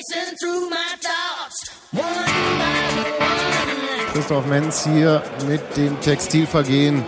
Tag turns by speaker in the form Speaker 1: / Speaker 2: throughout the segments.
Speaker 1: Christoph Menz hier mit dem Textilvergehen.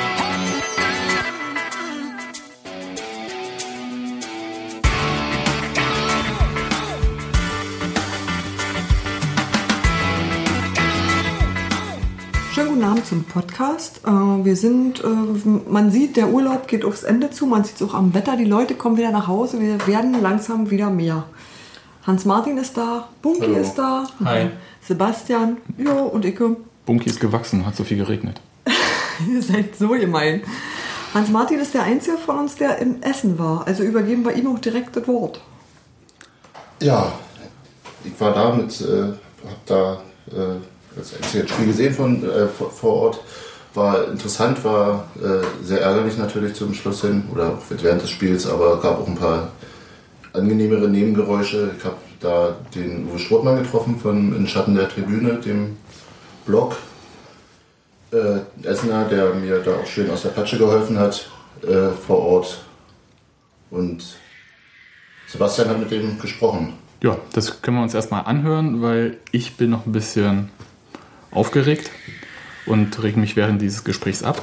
Speaker 2: Schönen guten Abend zum Podcast. Wir sind, man sieht, der Urlaub geht aufs Ende zu, man sieht es auch am Wetter, die Leute kommen wieder nach Hause, wir werden langsam wieder mehr. Hans-Martin ist da, Bunky ist da,
Speaker 3: Hi.
Speaker 2: Sebastian, ja, und Icke.
Speaker 3: Bunky ist gewachsen, hat so viel geregnet.
Speaker 2: Ihr seid so gemein. Hans-Martin ist der Einzige von uns, der in Essen war, also übergeben wir ihm auch direkt das Wort.
Speaker 4: Ja, ich war da hab da das Spiel gesehen vor Ort, war interessant, war sehr ärgerlich natürlich zum Schluss hin oder auch während des Spiels, aber gab auch ein paar angenehmere Nebengeräusche. Ich habe da den Uwe Strothmann getroffen von In Schatten der Tribüne, dem Blog Essener, der mir da auch schön aus der Patsche geholfen hat vor Ort, und Sebastian hat mit dem gesprochen.
Speaker 3: Ja, das können wir uns erstmal anhören, weil ich bin noch ein bisschen aufgeregt und reg mich während dieses Gesprächs ab.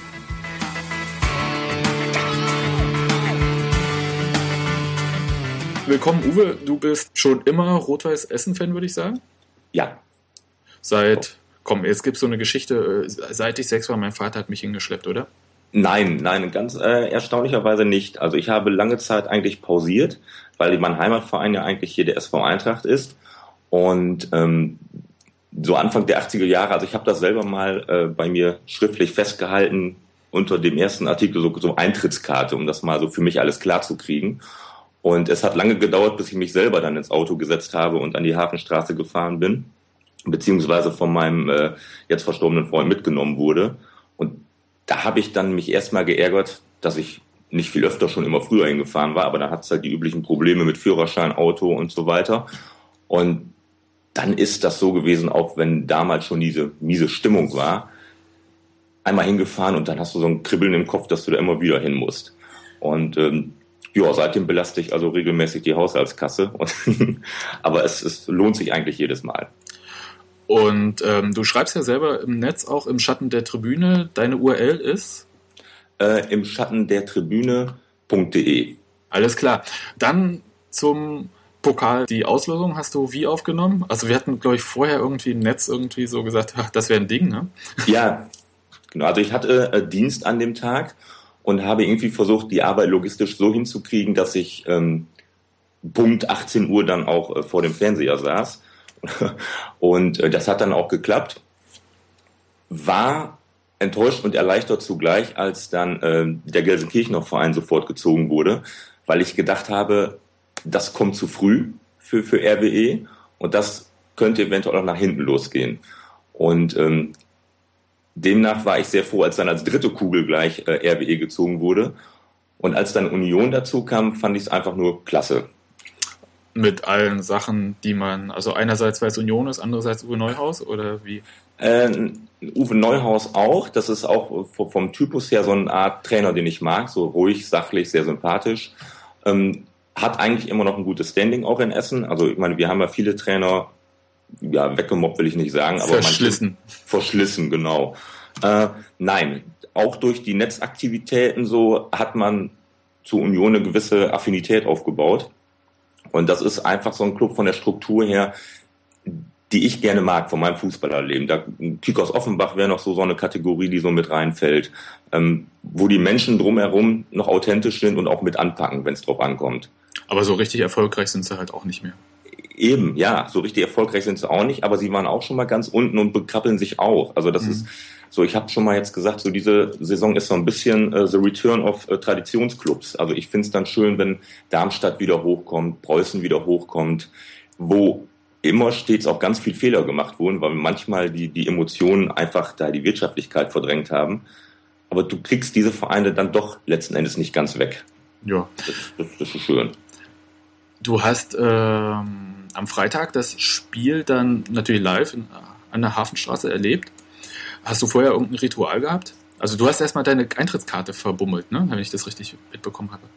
Speaker 3: Willkommen, Uwe. Du bist schon immer Rot-Weiß-Essen-Fan, würde ich sagen?
Speaker 5: Ja.
Speaker 3: Jetzt gibt es so eine Geschichte, seit ich 6 war, mein Vater hat mich hingeschleppt, oder?
Speaker 5: Nein, ganz erstaunlicherweise nicht. Also ich habe lange Zeit eigentlich pausiert, weil mein Heimatverein ja eigentlich hier der SV Eintracht ist. Und so Anfang der 80er Jahre, also ich habe das selber mal bei mir schriftlich festgehalten unter dem ersten Artikel, so Eintrittskarte, um das mal so für mich alles klar zu kriegen. Und es hat lange gedauert, bis ich mich selber dann ins Auto gesetzt habe und an die Hafenstraße gefahren bin, beziehungsweise von meinem jetzt verstorbenen Freund mitgenommen wurde. Und da habe ich dann mich erstmal geärgert, dass ich nicht viel öfter schon immer früher hingefahren war, aber dann hat es halt die üblichen Probleme mit Führerschein, Auto und so weiter. Und dann ist das so gewesen, auch wenn damals schon diese miese Stimmung war, einmal hingefahren und dann hast du so ein Kribbeln im Kopf, dass du da immer wieder hin musst. Und seitdem belaste ich also regelmäßig die Haushaltskasse. Aber es lohnt sich eigentlich jedes Mal.
Speaker 3: Und du schreibst ja selber im Netz auch im Schatten der Tribüne. Deine URL ist?
Speaker 5: Im Schatten der Tribüne.de.
Speaker 3: Alles klar. Dann zum Pokal. Die Auslosung hast du wie aufgenommen? Also wir hatten, glaube ich, vorher irgendwie im Netz irgendwie so gesagt, ach, das wäre ein Ding, ne?
Speaker 5: Ja, genau. Also ich hatte Dienst an dem Tag und habe irgendwie versucht, die Arbeit logistisch so hinzukriegen, dass ich Punkt 18 Uhr dann auch vor dem Fernseher saß. Und das hat dann auch geklappt. War enttäuscht und erleichtert zugleich, als dann der Gelsenkirchener Verein sofort gezogen wurde, weil ich gedacht habe, das kommt zu früh für RWE und das könnte eventuell auch nach hinten losgehen. Und demnach war ich sehr froh, als dann als dritte Kugel gleich RWE gezogen wurde. Und als dann Union dazu kam, fand ich es einfach nur klasse.
Speaker 3: Mit allen Sachen, die man, also einerseits, weil es Union ist, andererseits Uwe Neuhaus, oder wie?
Speaker 5: Uwe Neuhaus auch. Das ist auch vom Typus her so eine Art Trainer, den ich mag. So ruhig, sachlich, sehr sympathisch. Hat eigentlich immer noch ein gutes Standing auch in Essen. Also ich meine, wir haben ja viele Trainer, ja, weggemobbt will ich nicht sagen. Aber verschlissen, genau. Nein, auch durch die Netzaktivitäten so hat man zu Union eine gewisse Affinität aufgebaut. Und das ist einfach so ein Club von der Struktur her, die ich gerne mag von meinem Fußballerleben. Da Kickers Offenbach wäre noch so eine Kategorie, die so mit reinfällt, wo die Menschen drumherum noch authentisch sind und auch mit anpacken, wenn es drauf ankommt.
Speaker 3: Aber so richtig erfolgreich sind sie halt auch nicht mehr.
Speaker 5: Eben, ja, so richtig erfolgreich sind sie auch nicht, aber sie waren auch schon mal ganz unten und bekrabbeln sich auch. Also das ist so, ich habe schon mal jetzt gesagt, so diese Saison ist so ein bisschen the return of Traditionsclubs. Also ich finde es dann schön, wenn Darmstadt wieder hochkommt, Preußen wieder hochkommt, wo immer stets auch ganz viel Fehler gemacht wurden, weil manchmal die Emotionen einfach da die Wirtschaftlichkeit verdrängt haben. Aber du kriegst diese Vereine dann doch letzten Endes nicht ganz weg.
Speaker 3: Ja.
Speaker 5: Das ist schön.
Speaker 3: Du hast am Freitag das Spiel dann natürlich live an der Hafenstraße erlebt. Hast du vorher irgendein Ritual gehabt? Also du hast erstmal deine Eintrittskarte verbummelt, ne? Wenn ich das richtig mitbekommen habe.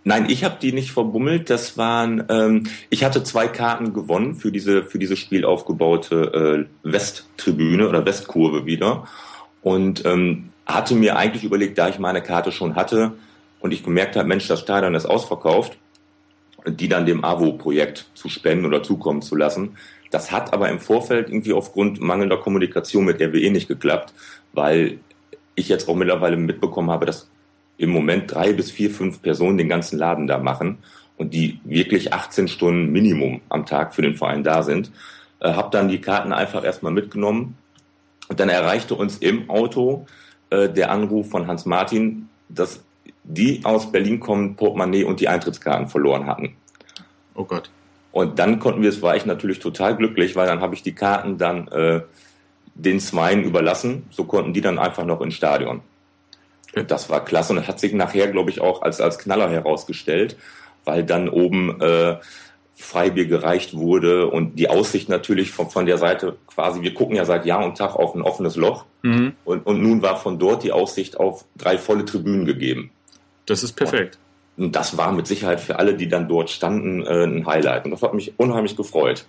Speaker 5: Nein, ich habe die nicht verbummelt. Das waren, ich hatte 2 Karten gewonnen für dieses Spiel aufgebaute Westtribüne oder Westkurve wieder und hatte mir eigentlich überlegt, da ich meine Karte schon hatte und ich gemerkt habe, Mensch, das Stadion ist ausverkauft, die dann dem AWO-Projekt zu spenden oder zukommen zu lassen. Das hat aber im Vorfeld irgendwie aufgrund mangelnder Kommunikation mit RWE nicht geklappt, weil ich jetzt auch mittlerweile mitbekommen habe, dass im Moment 3 bis 4, 5 Personen den ganzen Laden da machen und die wirklich 18 Stunden Minimum am Tag für den Verein da sind. Hab dann die Karten einfach erstmal mitgenommen und dann erreichte uns im Auto der Anruf von Hans Martin, dass die aus Berlin kommen, Portemonnaie und die Eintrittskarten verloren hatten.
Speaker 3: Oh Gott.
Speaker 5: Und dann war ich natürlich total glücklich, weil dann habe ich die Karten dann den Zweien überlassen. So konnten die dann einfach noch ins Stadion. Und das war klasse und das hat sich nachher, glaube ich, auch als Knaller herausgestellt, weil dann oben Freibier gereicht wurde und die Aussicht natürlich von der Seite quasi, wir gucken ja seit Jahr und Tag auf ein offenes Loch und nun war von dort die Aussicht auf 3 volle Tribünen gegeben.
Speaker 3: Das ist perfekt.
Speaker 5: Und das war mit Sicherheit für alle, die dann dort standen, ein Highlight und das hat mich unheimlich gefreut.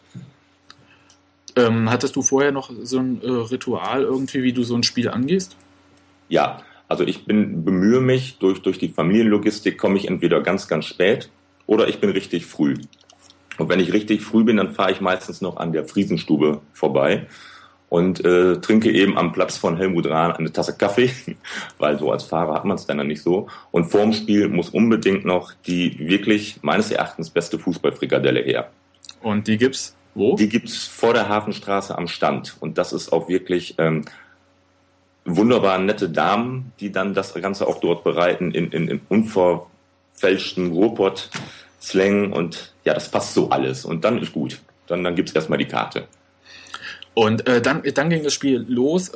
Speaker 3: Hattest du vorher noch so ein Ritual irgendwie, wie du so ein Spiel angehst?
Speaker 5: Ja, also ich bemühe mich, durch die Familienlogistik komme ich entweder ganz, ganz spät oder ich bin richtig früh. Und wenn ich richtig früh bin, dann fahre ich meistens noch an der Friesenstube vorbei und trinke eben am Platz von Helmut Rahn eine Tasse Kaffee, weil so als Fahrer hat man es dann nicht so. Und vorm Spiel muss unbedingt noch die wirklich meines Erachtens beste Fußballfrikadelle her.
Speaker 3: Und die gibt's wo?
Speaker 5: Die gibt's vor der Hafenstraße am Stand. Und das ist auch wirklich wunderbar nette Damen, die dann das Ganze auch dort bereiten in unverfälschten Ruhrpott-Slang und ja, das passt so alles und dann ist gut. Dann gibt's erstmal die Karte.
Speaker 3: Und dann ging das Spiel los.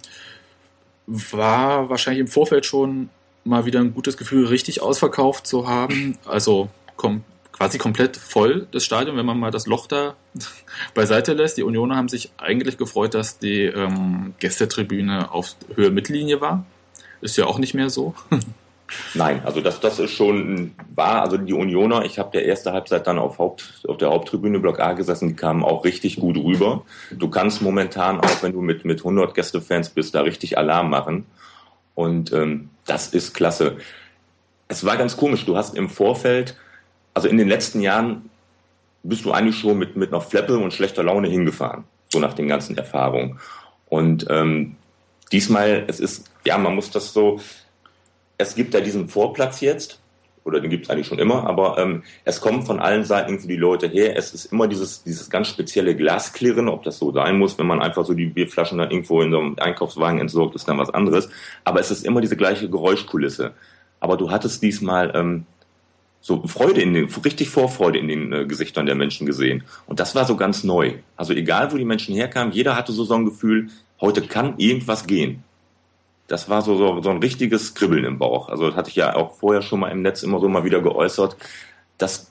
Speaker 3: War wahrscheinlich im Vorfeld schon mal wieder ein gutes Gefühl, richtig ausverkauft zu haben. Also quasi komplett voll, das Stadion, wenn man mal das Loch da beiseite lässt. Die Unioner haben sich eigentlich gefreut, dass die Gästetribüne auf Höhe Mittellinie war. Ist ja auch nicht mehr so.
Speaker 5: Nein, also das ist schon wahr. Also die Unioner, ich habe der erste Halbzeit dann auf der Haupttribüne Block A gesessen, die kamen auch richtig gut rüber. Du kannst momentan, auch wenn du mit 100 Gästefans bist, da richtig Alarm machen. Und das ist klasse. Es war ganz komisch, du hast im Vorfeld, also in den letzten Jahren bist du eigentlich schon mit einer Fleppe und schlechter Laune hingefahren, so nach den ganzen Erfahrungen. Und diesmal, man muss das so, es gibt da diesen Vorplatz jetzt, oder den gibt es eigentlich schon immer, aber es kommen von allen Seiten irgendwie die Leute her. Es ist immer dieses ganz spezielle Glasklirren, ob das so sein muss, wenn man einfach so die Bierflaschen dann irgendwo in so einem Einkaufswagen entsorgt, ist dann was anderes. Aber es ist immer diese gleiche Geräuschkulisse. Aber du hattest diesmal so richtig Vorfreude in den Gesichtern der Menschen gesehen. Und das war so ganz neu. Also egal, wo die Menschen herkamen, jeder hatte so ein Gefühl, heute kann irgendwas gehen. Das war so ein richtiges Kribbeln im Bauch. Also das hatte ich ja auch vorher schon mal im Netz immer so mal wieder geäußert. Das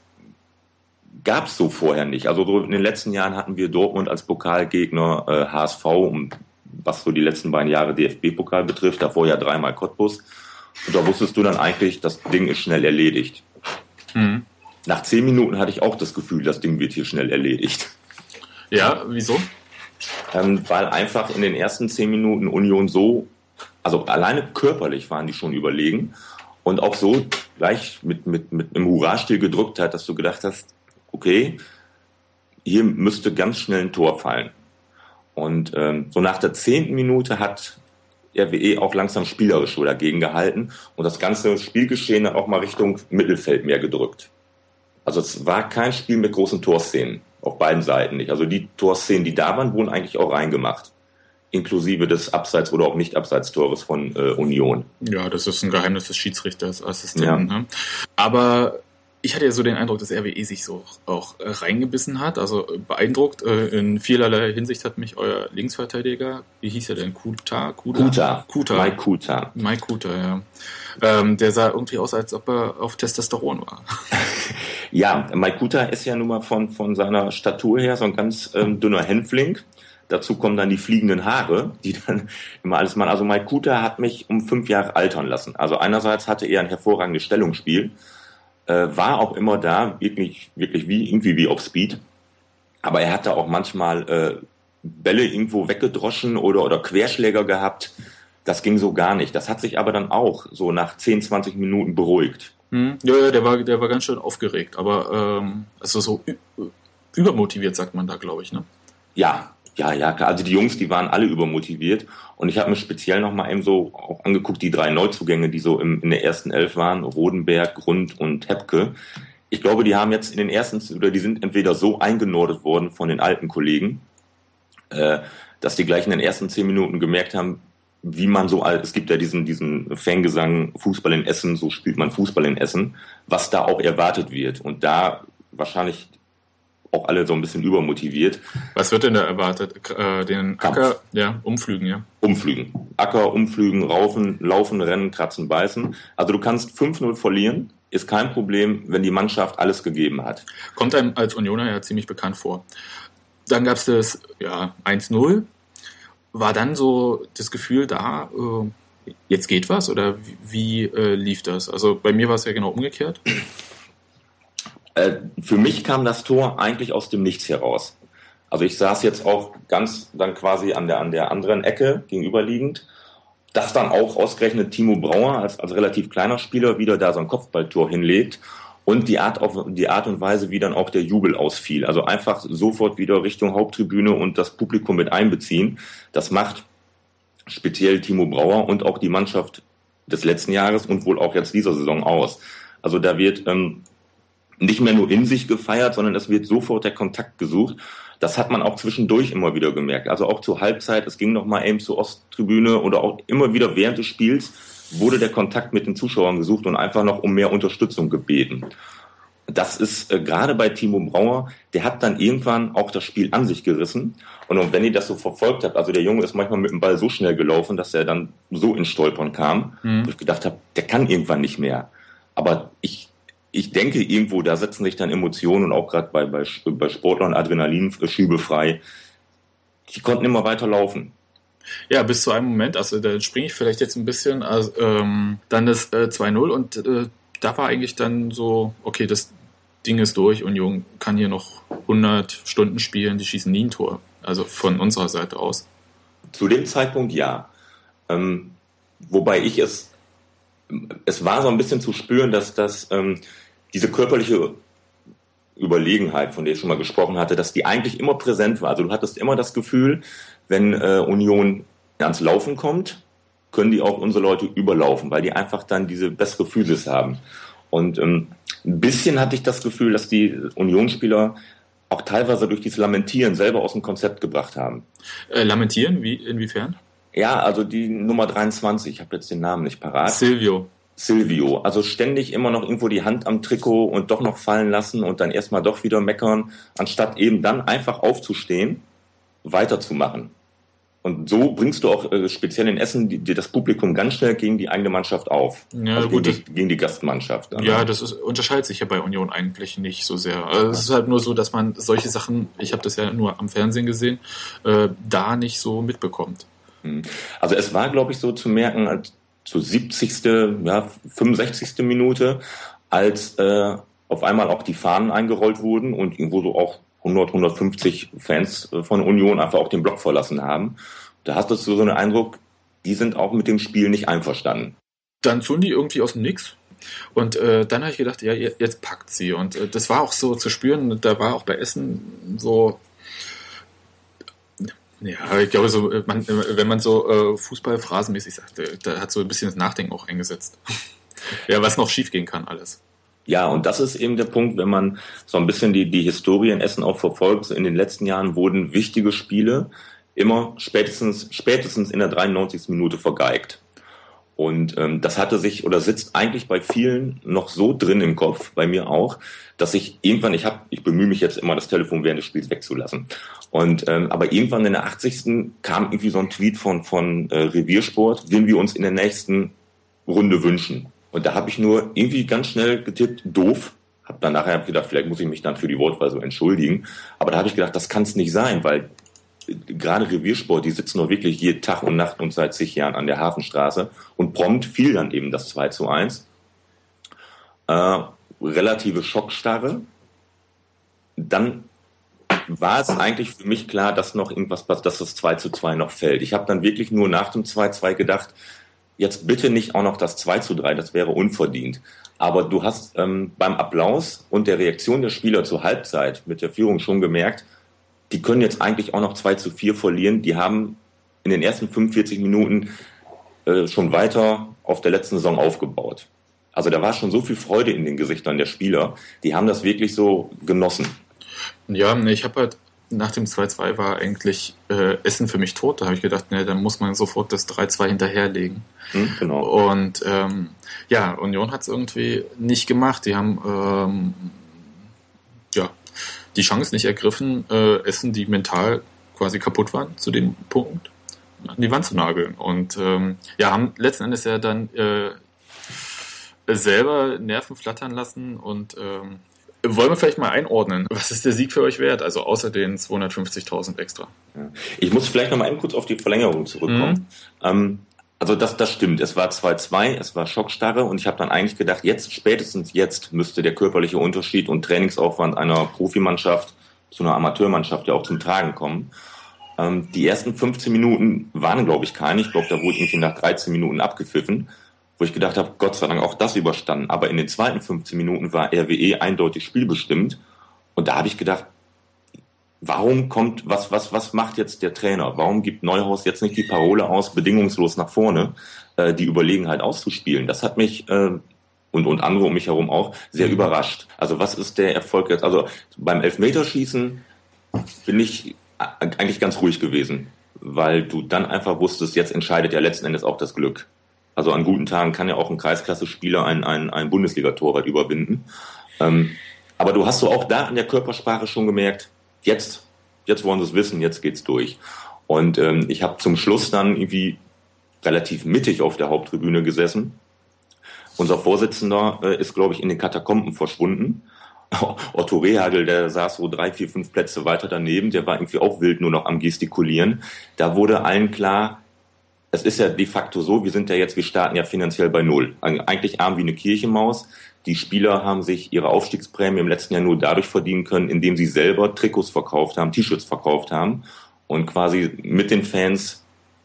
Speaker 5: gab es so vorher nicht. Also so in den letzten Jahren hatten wir Dortmund als Pokalgegner, HSV, was so die letzten beiden Jahre DFB-Pokal betrifft, davor ja 3-mal Cottbus. Und da wusstest du dann eigentlich, das Ding ist schnell erledigt. Mhm. Nach 10 Minuten hatte ich auch das Gefühl, das Ding wird hier schnell erledigt.
Speaker 3: Ja, wieso?
Speaker 5: Weil einfach in den ersten 10 Minuten Union also alleine körperlich waren die schon überlegen und auch so gleich mit einem Hurra-Stil gedrückt hat, dass du gedacht hast, okay, hier müsste ganz schnell ein Tor fallen. Und so nach der 10. Minute hat RWE auch langsam spielerisch dagegen gehalten und das ganze Spielgeschehen dann auch mal Richtung Mittelfeld mehr gedrückt. Also es war kein Spiel mit großen Torszenen, auf beiden Seiten nicht. Also die Torszenen, die da waren, wurden eigentlich auch reingemacht. Inklusive des Abseits- oder auch Nicht-Abseits-Tores von Union.
Speaker 3: Ja, das ist ein Geheimnis des Schiedsrichters, Assistenten. Ja. Ne? Aber ich hatte ja so den Eindruck, dass RWE sich so auch reingebissen hat. Also beeindruckt. In vielerlei Hinsicht hat mich euer Linksverteidiger, wie hieß er denn? Kuta. Mike Kuta, ja. Der sah irgendwie aus, als ob er auf Testosteron war.
Speaker 5: Ja, Mike Kuta ist ja nun mal von seiner Statur her so ein ganz dünner Hänfling. Dazu kommen dann die fliegenden Haare, die dann immer alles machen. Also Mike Kuta hat mich um 5 Jahre altern lassen. Also einerseits hatte er ein hervorragendes Stellungsspiel, war auch immer da, wirklich wie auf Speed. Aber er hatte auch manchmal Bälle irgendwo weggedroschen oder Querschläger gehabt. Das ging so gar nicht. Das hat sich aber dann auch so nach 10, 20 Minuten beruhigt.
Speaker 3: Ja, der war ganz schön aufgeregt, aber also so übermotiviert, sagt man da, glaube ich, ne?
Speaker 5: Ja, klar. Also die Jungs, die waren alle übermotiviert. Und ich habe mir speziell nochmal eben so auch angeguckt, die 3 Neuzugänge, die so in der ersten 11 waren, Rodenberg, Grund und Hepke. Ich glaube, die haben jetzt in den ersten, oder die sind entweder so eingenordet worden von den alten Kollegen, dass die gleich in den ersten 10 Minuten gemerkt haben, wie man so alt, es gibt ja diesen Fangesang, Fußball in Essen, so spielt man Fußball in Essen, was da auch erwartet wird. Und da wahrscheinlich auch alle so ein bisschen übermotiviert.
Speaker 3: Was wird denn da erwartet? Den
Speaker 5: Kampf.
Speaker 3: Acker, ja, umflügen, ja.
Speaker 5: Umflügen. Acker, umflügen, laufen, rennen, kratzen, beißen. Also du kannst 5-0 verlieren, ist kein Problem, wenn die Mannschaft alles gegeben hat.
Speaker 3: Kommt einem als Unioner ja ziemlich bekannt vor. Dann gab es das 1-0. War dann so das Gefühl da, jetzt geht was? Oder wie lief das? Also bei mir war es ja genau umgekehrt.
Speaker 5: Für mich kam das Tor eigentlich aus dem Nichts heraus. Also ich saß jetzt auch ganz dann quasi an der anderen Ecke gegenüberliegend, dass dann auch ausgerechnet Timo Brauer als relativ kleiner Spieler wieder da so ein Kopfballtor hinlegt und die Art und Weise, wie dann auch der Jubel ausfiel. Also einfach sofort wieder Richtung Haupttribüne und das Publikum mit einbeziehen. Das macht speziell Timo Brauer und auch die Mannschaft des letzten Jahres und wohl auch jetzt dieser Saison aus. Also da wird nicht mehr nur in sich gefeiert, sondern es wird sofort der Kontakt gesucht. Das hat man auch zwischendurch immer wieder gemerkt. Also auch zur Halbzeit, es ging noch mal eben zur Osttribüne oder auch immer wieder während des Spiels wurde der Kontakt mit den Zuschauern gesucht und einfach noch um mehr Unterstützung gebeten. Das ist gerade bei Timo Brauer, der hat dann irgendwann auch das Spiel an sich gerissen. Und wenn ihr das so verfolgt habt, also der Junge ist manchmal mit dem Ball so schnell gelaufen, dass er dann so ins Stolpern kam, wo ich gedacht habe, der kann irgendwann nicht mehr. Aber ich denke irgendwo, da setzen sich dann Emotionen und auch gerade bei Sportlern Adrenalinschübe frei. Die konnten immer weiter laufen.
Speaker 3: Ja, bis zu einem Moment, also da springe ich vielleicht jetzt ein bisschen, also, dann das 2-0 und da war eigentlich dann so, okay, das Ding ist durch, Union kann hier noch 100 Stunden spielen, die schießen nie ein Tor, also von unserer Seite aus.
Speaker 5: Zu dem Zeitpunkt ja. Wobei es war so ein bisschen zu spüren, dass diese körperliche Überlegenheit, von der ich schon mal gesprochen hatte, dass die eigentlich immer präsent war. Also du hattest immer das Gefühl, wenn Union ans Laufen kommt, können die auch unsere Leute überlaufen, weil die einfach dann diese bessere Physis haben. Und ein bisschen hatte ich das Gefühl, dass die Unionsspieler auch teilweise durch dieses Lamentieren selber aus dem Konzept gebracht haben.
Speaker 3: Lamentieren? Inwiefern?
Speaker 5: Ja, also die Nummer 23, ich habe jetzt den Namen nicht parat. Silvio, also ständig immer noch irgendwo die Hand am Trikot und doch noch fallen lassen und dann erstmal doch wieder meckern, anstatt eben dann einfach aufzustehen, weiterzumachen. Und so bringst du auch speziell in Essen das Publikum ganz schnell gegen die eigene Mannschaft auf.
Speaker 3: Ja,
Speaker 5: also
Speaker 3: gut,
Speaker 5: gegen die Gastmannschaft. Dann.
Speaker 3: Ja, das unterscheidet sich ja bei Union eigentlich nicht so sehr. Also es ist halt nur so, dass man solche Sachen, ich habe das ja nur am Fernsehen gesehen, da nicht so mitbekommt.
Speaker 5: Also es war, glaube ich, so zu merken, zur 70., 65. Minute, als auf einmal auch die Fahnen eingerollt wurden und irgendwo so auch 150 Fans von Union einfach auch den Block verlassen haben. Da hast du so einen Eindruck, die sind auch mit dem Spiel nicht einverstanden.
Speaker 3: Dann tun die irgendwie aus dem Nix. Und dann habe ich gedacht, ja, jetzt packt sie. Und das war auch so zu spüren, da war auch bei Essen so... Ja, ich glaube, so, wenn man so fußballphrasenmäßig sagt, da hat so ein bisschen das Nachdenken auch eingesetzt. Ja, was noch schief gehen kann, alles.
Speaker 5: Ja, und das ist eben der Punkt, wenn man so ein bisschen die Historie in Essen auch verfolgt. In den letzten Jahren wurden wichtige Spiele immer spätestens in der 93. Minute vergeigt. Und das hatte sich oder sitzt eigentlich bei vielen noch so drin im Kopf, bei mir auch, dass ich irgendwann, ich bemühe mich jetzt immer, das Telefon während des Spiels wegzulassen. Und aber irgendwann in der 80. kam irgendwie so ein Tweet von Reviersport, wen wir uns in der nächsten Runde wünschen. Und da habe ich nur irgendwie ganz schnell getippt, doof. Habe dann nachher gedacht, vielleicht muss ich mich dann für die Wortwahl so entschuldigen. Aber da habe ich gedacht, das kann es nicht sein, weil gerade Reviersport, die sitzen doch wirklich jeden Tag und Nacht und seit zig Jahren an der Hafenstraße. Und prompt fiel dann eben das 2-1. relative Schockstarre. Dann war es eigentlich für mich klar, dass noch irgendwas passt, dass das 2:2 noch fällt. Ich habe dann wirklich nur nach dem 2:2 gedacht, jetzt bitte nicht auch noch das 2:3, das wäre unverdient. Aber du hast beim Applaus und der Reaktion der Spieler zur Halbzeit mit der Führung schon gemerkt, die können jetzt eigentlich auch noch 2:4 verlieren. Die haben in den ersten 45 Minuten schon weiter auf der letzten Saison aufgebaut. Also da war schon so viel Freude in den Gesichtern der Spieler. Die haben das wirklich so genossen.
Speaker 3: Ja, ich habe halt nach dem 2:2 war eigentlich Essen für mich tot. Da habe ich gedacht, ne, dann muss man sofort das 3:2 hinterherlegen.
Speaker 5: Genau.
Speaker 3: Und Union hat es irgendwie nicht gemacht. Die haben die Chance nicht ergriffen, Essen, die mental quasi kaputt waren, zu dem Punkt an die Wand zu nageln. Und haben letzten Endes ja dann selber Nerven flattern lassen. Und wollen wir vielleicht mal einordnen, was ist der Sieg für euch wert? Also außer den 250.000 extra.
Speaker 5: Ja. Ich muss vielleicht noch mal eben kurz auf die Verlängerung zurückkommen. Also das stimmt. Es war 2:2, es war Schockstarre und ich habe dann eigentlich gedacht, spätestens jetzt müsste der körperliche Unterschied und Trainingsaufwand einer Profimannschaft zu einer Amateurmannschaft ja auch zum Tragen kommen. Die ersten 15 Minuten waren, glaube ich, keine. Ich glaube, da wurde irgendwie nach 13 Minuten abgepfiffen, wo ich gedacht habe, Gott sei Dank auch das überstanden. Aber in den zweiten 15 Minuten war RWE eindeutig spielbestimmt. Und da habe ich gedacht, warum was macht jetzt der Trainer? Warum gibt Neuhaus jetzt nicht die Parole aus, bedingungslos nach vorne, die Überlegenheit auszuspielen? Das hat mich und andere um mich herum auch sehr überrascht. Also was ist der Erfolg jetzt? Also beim Elfmeterschießen bin ich eigentlich ganz ruhig gewesen, weil du dann einfach wusstest, jetzt entscheidet ja letzten Endes auch das Glück. Also an guten Tagen kann ja auch ein Kreisklasse-Spieler ein Bundesliga-Torwart überwinden. Aber du hast so auch da an der Körpersprache schon gemerkt, jetzt wollen sie es wissen, jetzt geht's durch. Und ich habe zum Schluss dann irgendwie relativ mittig auf der Haupttribüne gesessen. Unser Vorsitzender ist, glaube ich, in den Katakomben verschwunden. Otto Rehagel, der saß so 3, 4, 5 Plätze weiter daneben, der war irgendwie auch wild nur noch am Gestikulieren. Da wurde allen klar, es ist ja de facto so, wir starten ja finanziell bei Null. Eigentlich arm wie eine Kirchenmaus. Die Spieler haben sich ihre Aufstiegsprämie im letzten Jahr nur dadurch verdienen können, indem sie selber Trikots verkauft haben, T-Shirts verkauft haben und quasi mit den Fans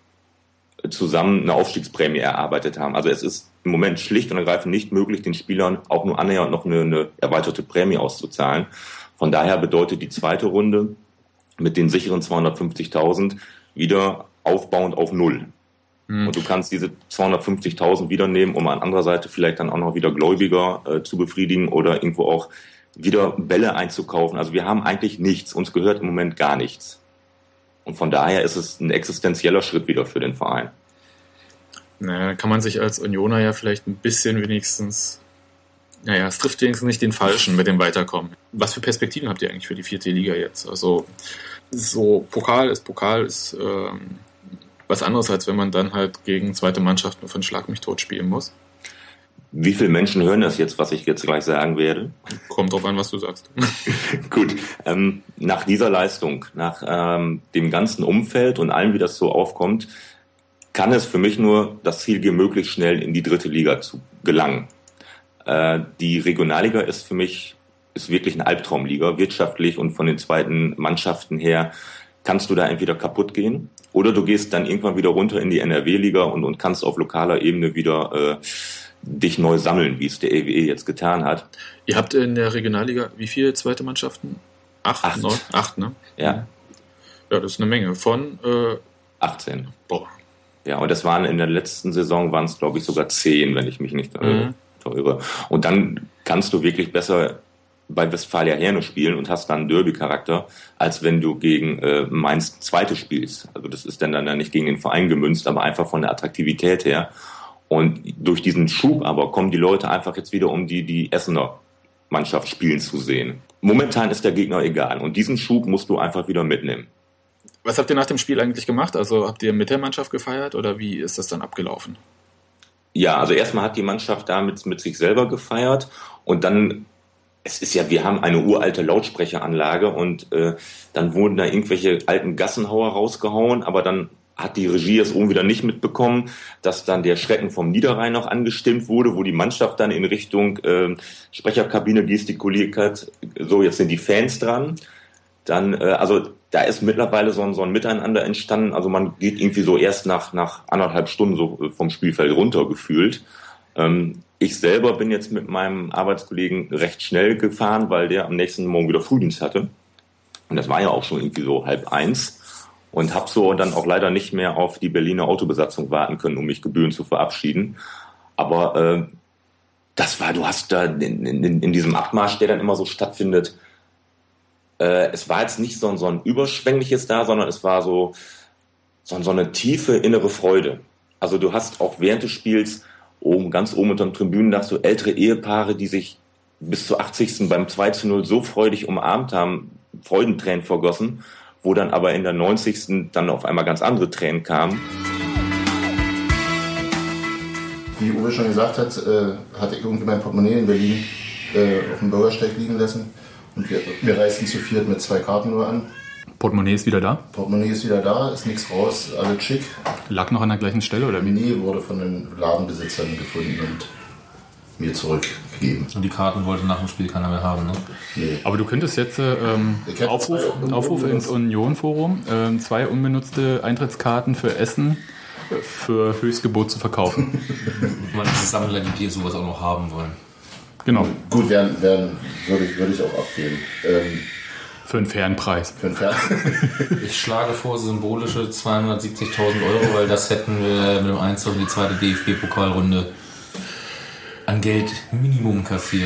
Speaker 5: zusammen eine Aufstiegsprämie erarbeitet haben. Also es ist im Moment schlicht und ergreifend nicht möglich, den Spielern auch nur annähernd noch eine erweiterte Prämie auszuzahlen. Von daher bedeutet die zweite Runde mit den sicheren 250.000 wieder aufbauend auf Null. Und du kannst diese 250.000 wieder nehmen, um an anderer Seite vielleicht dann auch noch wieder Gläubiger zu befriedigen oder irgendwo auch wieder Bälle einzukaufen. Also wir haben eigentlich nichts. Uns gehört im Moment gar nichts. Und von daher ist es ein existenzieller Schritt wieder für den Verein.
Speaker 3: Naja, kann man sich als Unioner ja vielleicht ein bisschen wenigstens, es trifft wenigstens nicht den Falschen mit dem Weiterkommen. Was für Perspektiven habt ihr eigentlich für die 4. Liga jetzt? Also so Pokal ist was anderes, als wenn man dann halt gegen zweite Mannschaften von Schlag mich tot spielen muss.
Speaker 5: Wie viele Menschen hören das jetzt, was ich jetzt gleich sagen werde?
Speaker 3: Kommt drauf an, was du sagst.
Speaker 5: Gut, nach dieser Leistung, nach dem ganzen Umfeld und allem, wie das so aufkommt, kann es für mich nur das Ziel geben, möglichst schnell in die 3. Liga zu gelangen. Die Regionalliga ist für mich wirklich eine Albtraumliga, wirtschaftlich und von den zweiten Mannschaften her kannst du da entweder kaputt gehen oder du gehst dann irgendwann wieder runter in die NRW-Liga und kannst auf lokaler Ebene wieder dich neu sammeln, wie es der EWE jetzt getan hat.
Speaker 3: Ihr habt in der Regionalliga wie viele zweite Mannschaften? 8, 9? 8, ne?
Speaker 5: Ja.
Speaker 3: Ja, das ist eine Menge. Von
Speaker 5: 18.
Speaker 3: Boah.
Speaker 5: Ja, und das waren in der letzten Saison, waren es glaube ich sogar 10, wenn ich mich nicht irre. Und dann kannst du wirklich besser bei Westfalia Herne spielen und hast dann einen Derby-Charakter, als wenn du gegen Mainz Zweite spielst. Also das ist dann nicht gegen den Verein gemünzt, aber einfach von der Attraktivität her. Und durch diesen Schub aber kommen die Leute einfach jetzt wieder, um die Essener Mannschaft spielen zu sehen. Momentan ist der Gegner egal und diesen Schub musst du einfach wieder mitnehmen.
Speaker 3: Was habt ihr nach dem Spiel eigentlich gemacht? Also habt ihr mit der Mannschaft gefeiert oder wie ist das dann abgelaufen?
Speaker 5: Ja, also erstmal hat die Mannschaft damit mit sich selber gefeiert und dann, wir haben eine uralte Lautsprecheranlage und dann wurden da irgendwelche alten Gassenhauer rausgehauen, aber dann hat die Regie es irgendwie wieder nicht mitbekommen, dass dann der Schrecken vom Niederrhein noch angestimmt wurde, wo die Mannschaft dann in Richtung Sprecherkabine gestikuliert hat, so jetzt sind die Fans dran. Dann, also da ist mittlerweile so ein Miteinander entstanden, also man geht irgendwie so erst nach 1,5 Stunden so vom Spielfeld runter gefühlt. Ich selber bin jetzt mit meinem Arbeitskollegen recht schnell gefahren, weil der am nächsten Morgen wieder Frühdienst hatte. Und das war ja auch schon irgendwie so 12:30. Und habe so dann auch leider nicht mehr auf die Berliner Autobesatzung warten können, um mich gebührend zu verabschieden. Aber du hast da in diesem Abmarsch, der dann immer so stattfindet, es war jetzt nicht so ein überschwängliches da, sondern es war so eine tiefe innere Freude. Also du hast auch während des Spiels ganz oben unter den Tribünen da so ältere Ehepaare, die sich bis zur 80. beim 2:0 so freudig umarmt haben, Freudentränen vergossen, wo dann aber in der 90. dann auf einmal ganz andere Tränen kamen.
Speaker 4: Wie Uwe schon gesagt hat, hatte ich irgendwie mein Portemonnaie in Berlin auf dem Bürgersteig liegen lassen. Und wir reisten zu viert mit 2 Karten nur an.
Speaker 3: Portemonnaie ist wieder da?
Speaker 4: Portemonnaie ist wieder da, ist nichts raus, alles schick.
Speaker 3: Lag noch an der gleichen Stelle oder wie?
Speaker 4: Nee, wurde von den Ladenbesitzern gefunden und mir zurückgegeben.
Speaker 6: Und die Karten wollte nach dem Spiel keiner mehr haben, ne?
Speaker 4: Nee.
Speaker 3: Aber du könntest jetzt Aufruf ins Union-Forum, 2 unbenutzte Eintrittskarten für Essen für Höchstgebot zu verkaufen.
Speaker 6: Man Sammler, die sowas auch noch haben wollen.
Speaker 3: Genau.
Speaker 4: Gut, würde ich auch abgeben.
Speaker 3: Für einen fairen Preis.
Speaker 6: Ich schlage vor, symbolische 270.000 €, weil das hätten wir mit dem Einzug in die zweite DFB-Pokalrunde an Geld Minimum kassiert.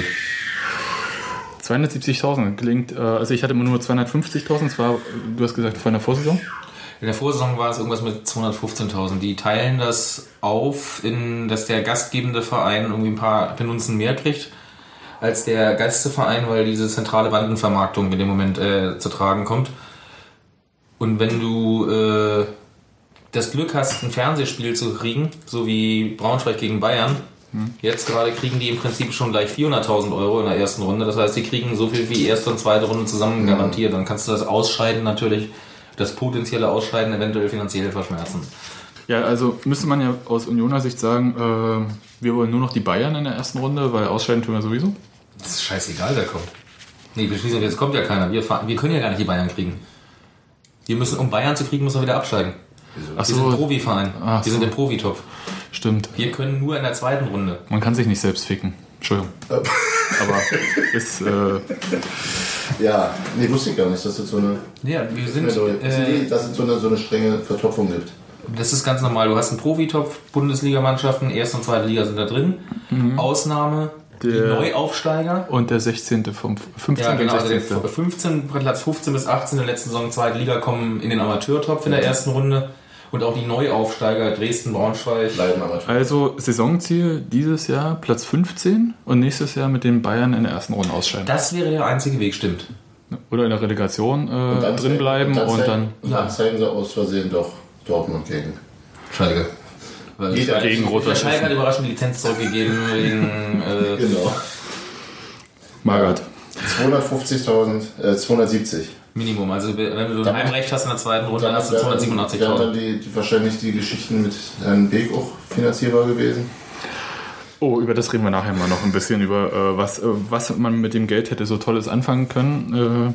Speaker 3: 270.000 klingt, also ich hatte immer nur 250.000, du hast gesagt, vor einer Vorsaison?
Speaker 6: In der Vorsaison war es irgendwas mit 215.000. Die teilen das auf, dass der gastgebende Verein irgendwie ein paar Penunzen mehr kriegt als der Gästeverein, weil diese zentrale Bandenvermarktung in dem Moment zu tragen kommt. Und wenn du das Glück hast, ein Fernsehspiel zu kriegen, so wie Braunschweig gegen Bayern, jetzt gerade kriegen die im Prinzip schon gleich 400.000 € in der ersten Runde. Das heißt, die kriegen so viel wie erste und zweite Runde zusammen garantiert. Dann kannst du das Ausscheiden natürlich, das potenzielle Ausscheiden eventuell finanziell verschmerzen.
Speaker 3: Ja, also müsste man ja aus Unioner Sicht sagen, wir wollen nur noch die Bayern in der ersten Runde, weil ausscheiden tun wir sowieso.
Speaker 6: Das ist scheißegal, wer kommt. Nee, beschließen, jetzt kommt ja keiner. Wir können ja gar nicht die Bayern kriegen. Um Bayern zu kriegen, müssen wir wieder absteigen. Wir sind ein Profiverein. Wir sind im Profitopf.
Speaker 3: Stimmt.
Speaker 6: Wir können nur in der zweiten Runde.
Speaker 3: Man kann sich nicht selbst ficken. Entschuldigung. Aber ist...
Speaker 4: Ja, nee, wusste ich gar nicht, dass es so eine...
Speaker 6: Ja, wir sind...
Speaker 4: dass es so eine strenge Vertopfung gibt.
Speaker 6: Das ist ganz normal. Du hast einen Profitopf, Bundesligamannschaften, erste und zweite Liga sind da drin. Ausnahme, die Neuaufsteiger.
Speaker 3: Und der 16. vom 15.
Speaker 6: Ja, genau.
Speaker 3: und 16.
Speaker 6: Also Platz 15 bis 18 in der letzten Saison zweite Liga kommen in den Amateurtopf in der ersten Runde. Und auch die Neuaufsteiger Dresden, Braunschweig.
Speaker 4: Bleiben Amateur.
Speaker 3: Also Saisonziel dieses Jahr Platz 15 und nächstes Jahr mit den Bayern in der ersten Runde ausscheiden.
Speaker 6: Das wäre der einzige Weg, stimmt.
Speaker 3: Oder in der Relegation drin bleiben und dann
Speaker 4: zeigen sie aus Versehen doch Dortmund gegen
Speaker 6: Schalke.
Speaker 3: Gegen Roter
Speaker 6: Der Schalke hat überraschend die Lizenz zurückgegeben wegen...
Speaker 4: genau.
Speaker 3: Magert.
Speaker 4: 270.
Speaker 6: Minimum. Also wenn du Heimrecht hast in der zweiten Runde, dann hast du 287.000.
Speaker 4: Wären dann wahrscheinlich die Geschichten mit Herrn Beek auch finanzierbar gewesen?
Speaker 3: Oh, über das reden wir nachher mal noch ein bisschen, über was man mit dem Geld hätte so Tolles anfangen können.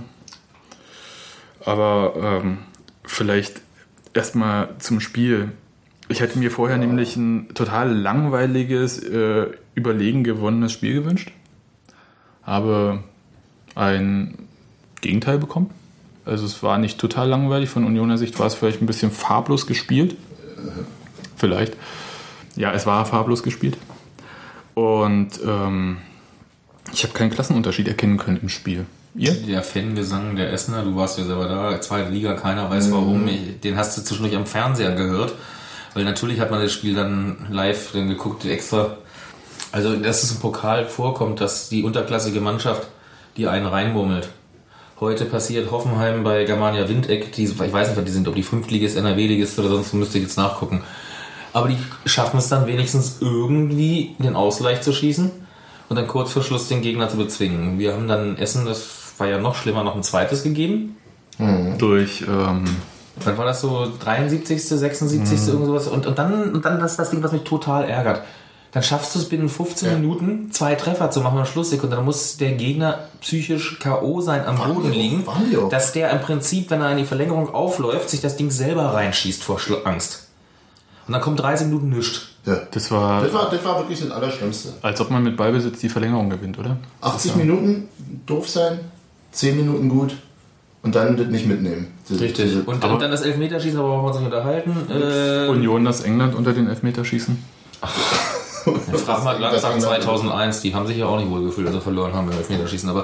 Speaker 3: Aber vielleicht erstmal zum Spiel. Ich hätte mir vorher nämlich ein total langweiliges, überlegen gewonnenes Spiel gewünscht. Habe ein Gegenteil bekommen. Also es war nicht total langweilig. Von Unioner Sicht war es vielleicht ein bisschen farblos gespielt. Vielleicht. Ja, es war farblos gespielt. Und ich habe keinen Klassenunterschied erkennen können im Spiel. Ihr?
Speaker 6: Der Fangesang der Essener, du warst ja selber da, zweite Liga, keiner weiß warum. Den hast du zwischendurch am Fernseher gehört. Weil natürlich hat man das Spiel dann live dann geguckt, extra. Also, dass es im Pokal vorkommt, dass die unterklassige Mannschaft die einen reinmurmelt. Heute passiert Hoffenheim bei Germania Windeck, ich weiß nicht, was die sind, ob die Fünftligist, NRW-Ligist oder sonst, müsste ich jetzt nachgucken. Aber die schaffen es dann wenigstens irgendwie, den Ausgleich zu schießen und dann kurz vor Schluss den Gegner zu bezwingen. Wir haben dann Essen, das war ja noch schlimmer, noch ein zweites gegeben.
Speaker 3: Durch
Speaker 6: Dann war das so 73., 76., irgend sowas. Und dann das Ding, was mich total ärgert. Dann schaffst du es binnen 15 Minuten 2 Treffer zu machen am Schlusssekund. Dann muss der Gegner psychisch K.O. sein, am Boden liegen, dass der im Prinzip, wenn er in die Verlängerung aufläuft, sich das Ding selber reinschießt vor Angst. Und dann kommt 30 Minuten nichts.
Speaker 4: Ja.
Speaker 1: Das war
Speaker 4: wirklich das Allerschlimmste.
Speaker 1: als ob man mit Ballbesitz die Verlängerung gewinnt, oder?
Speaker 4: 80 Minuten doof sein, 10 Minuten gut und dann das nicht mitnehmen.
Speaker 6: Richtig. Und dann das Elfmeterschießen, aber brauchen wir uns nicht unterhalten.
Speaker 1: Union, das England unter den Elfmeterschießen.
Speaker 6: Frag mal Gladbach 2001, die haben sich ja auch nicht wohl gefühlt, dass sie verloren haben beim Elfmeterschießen, aber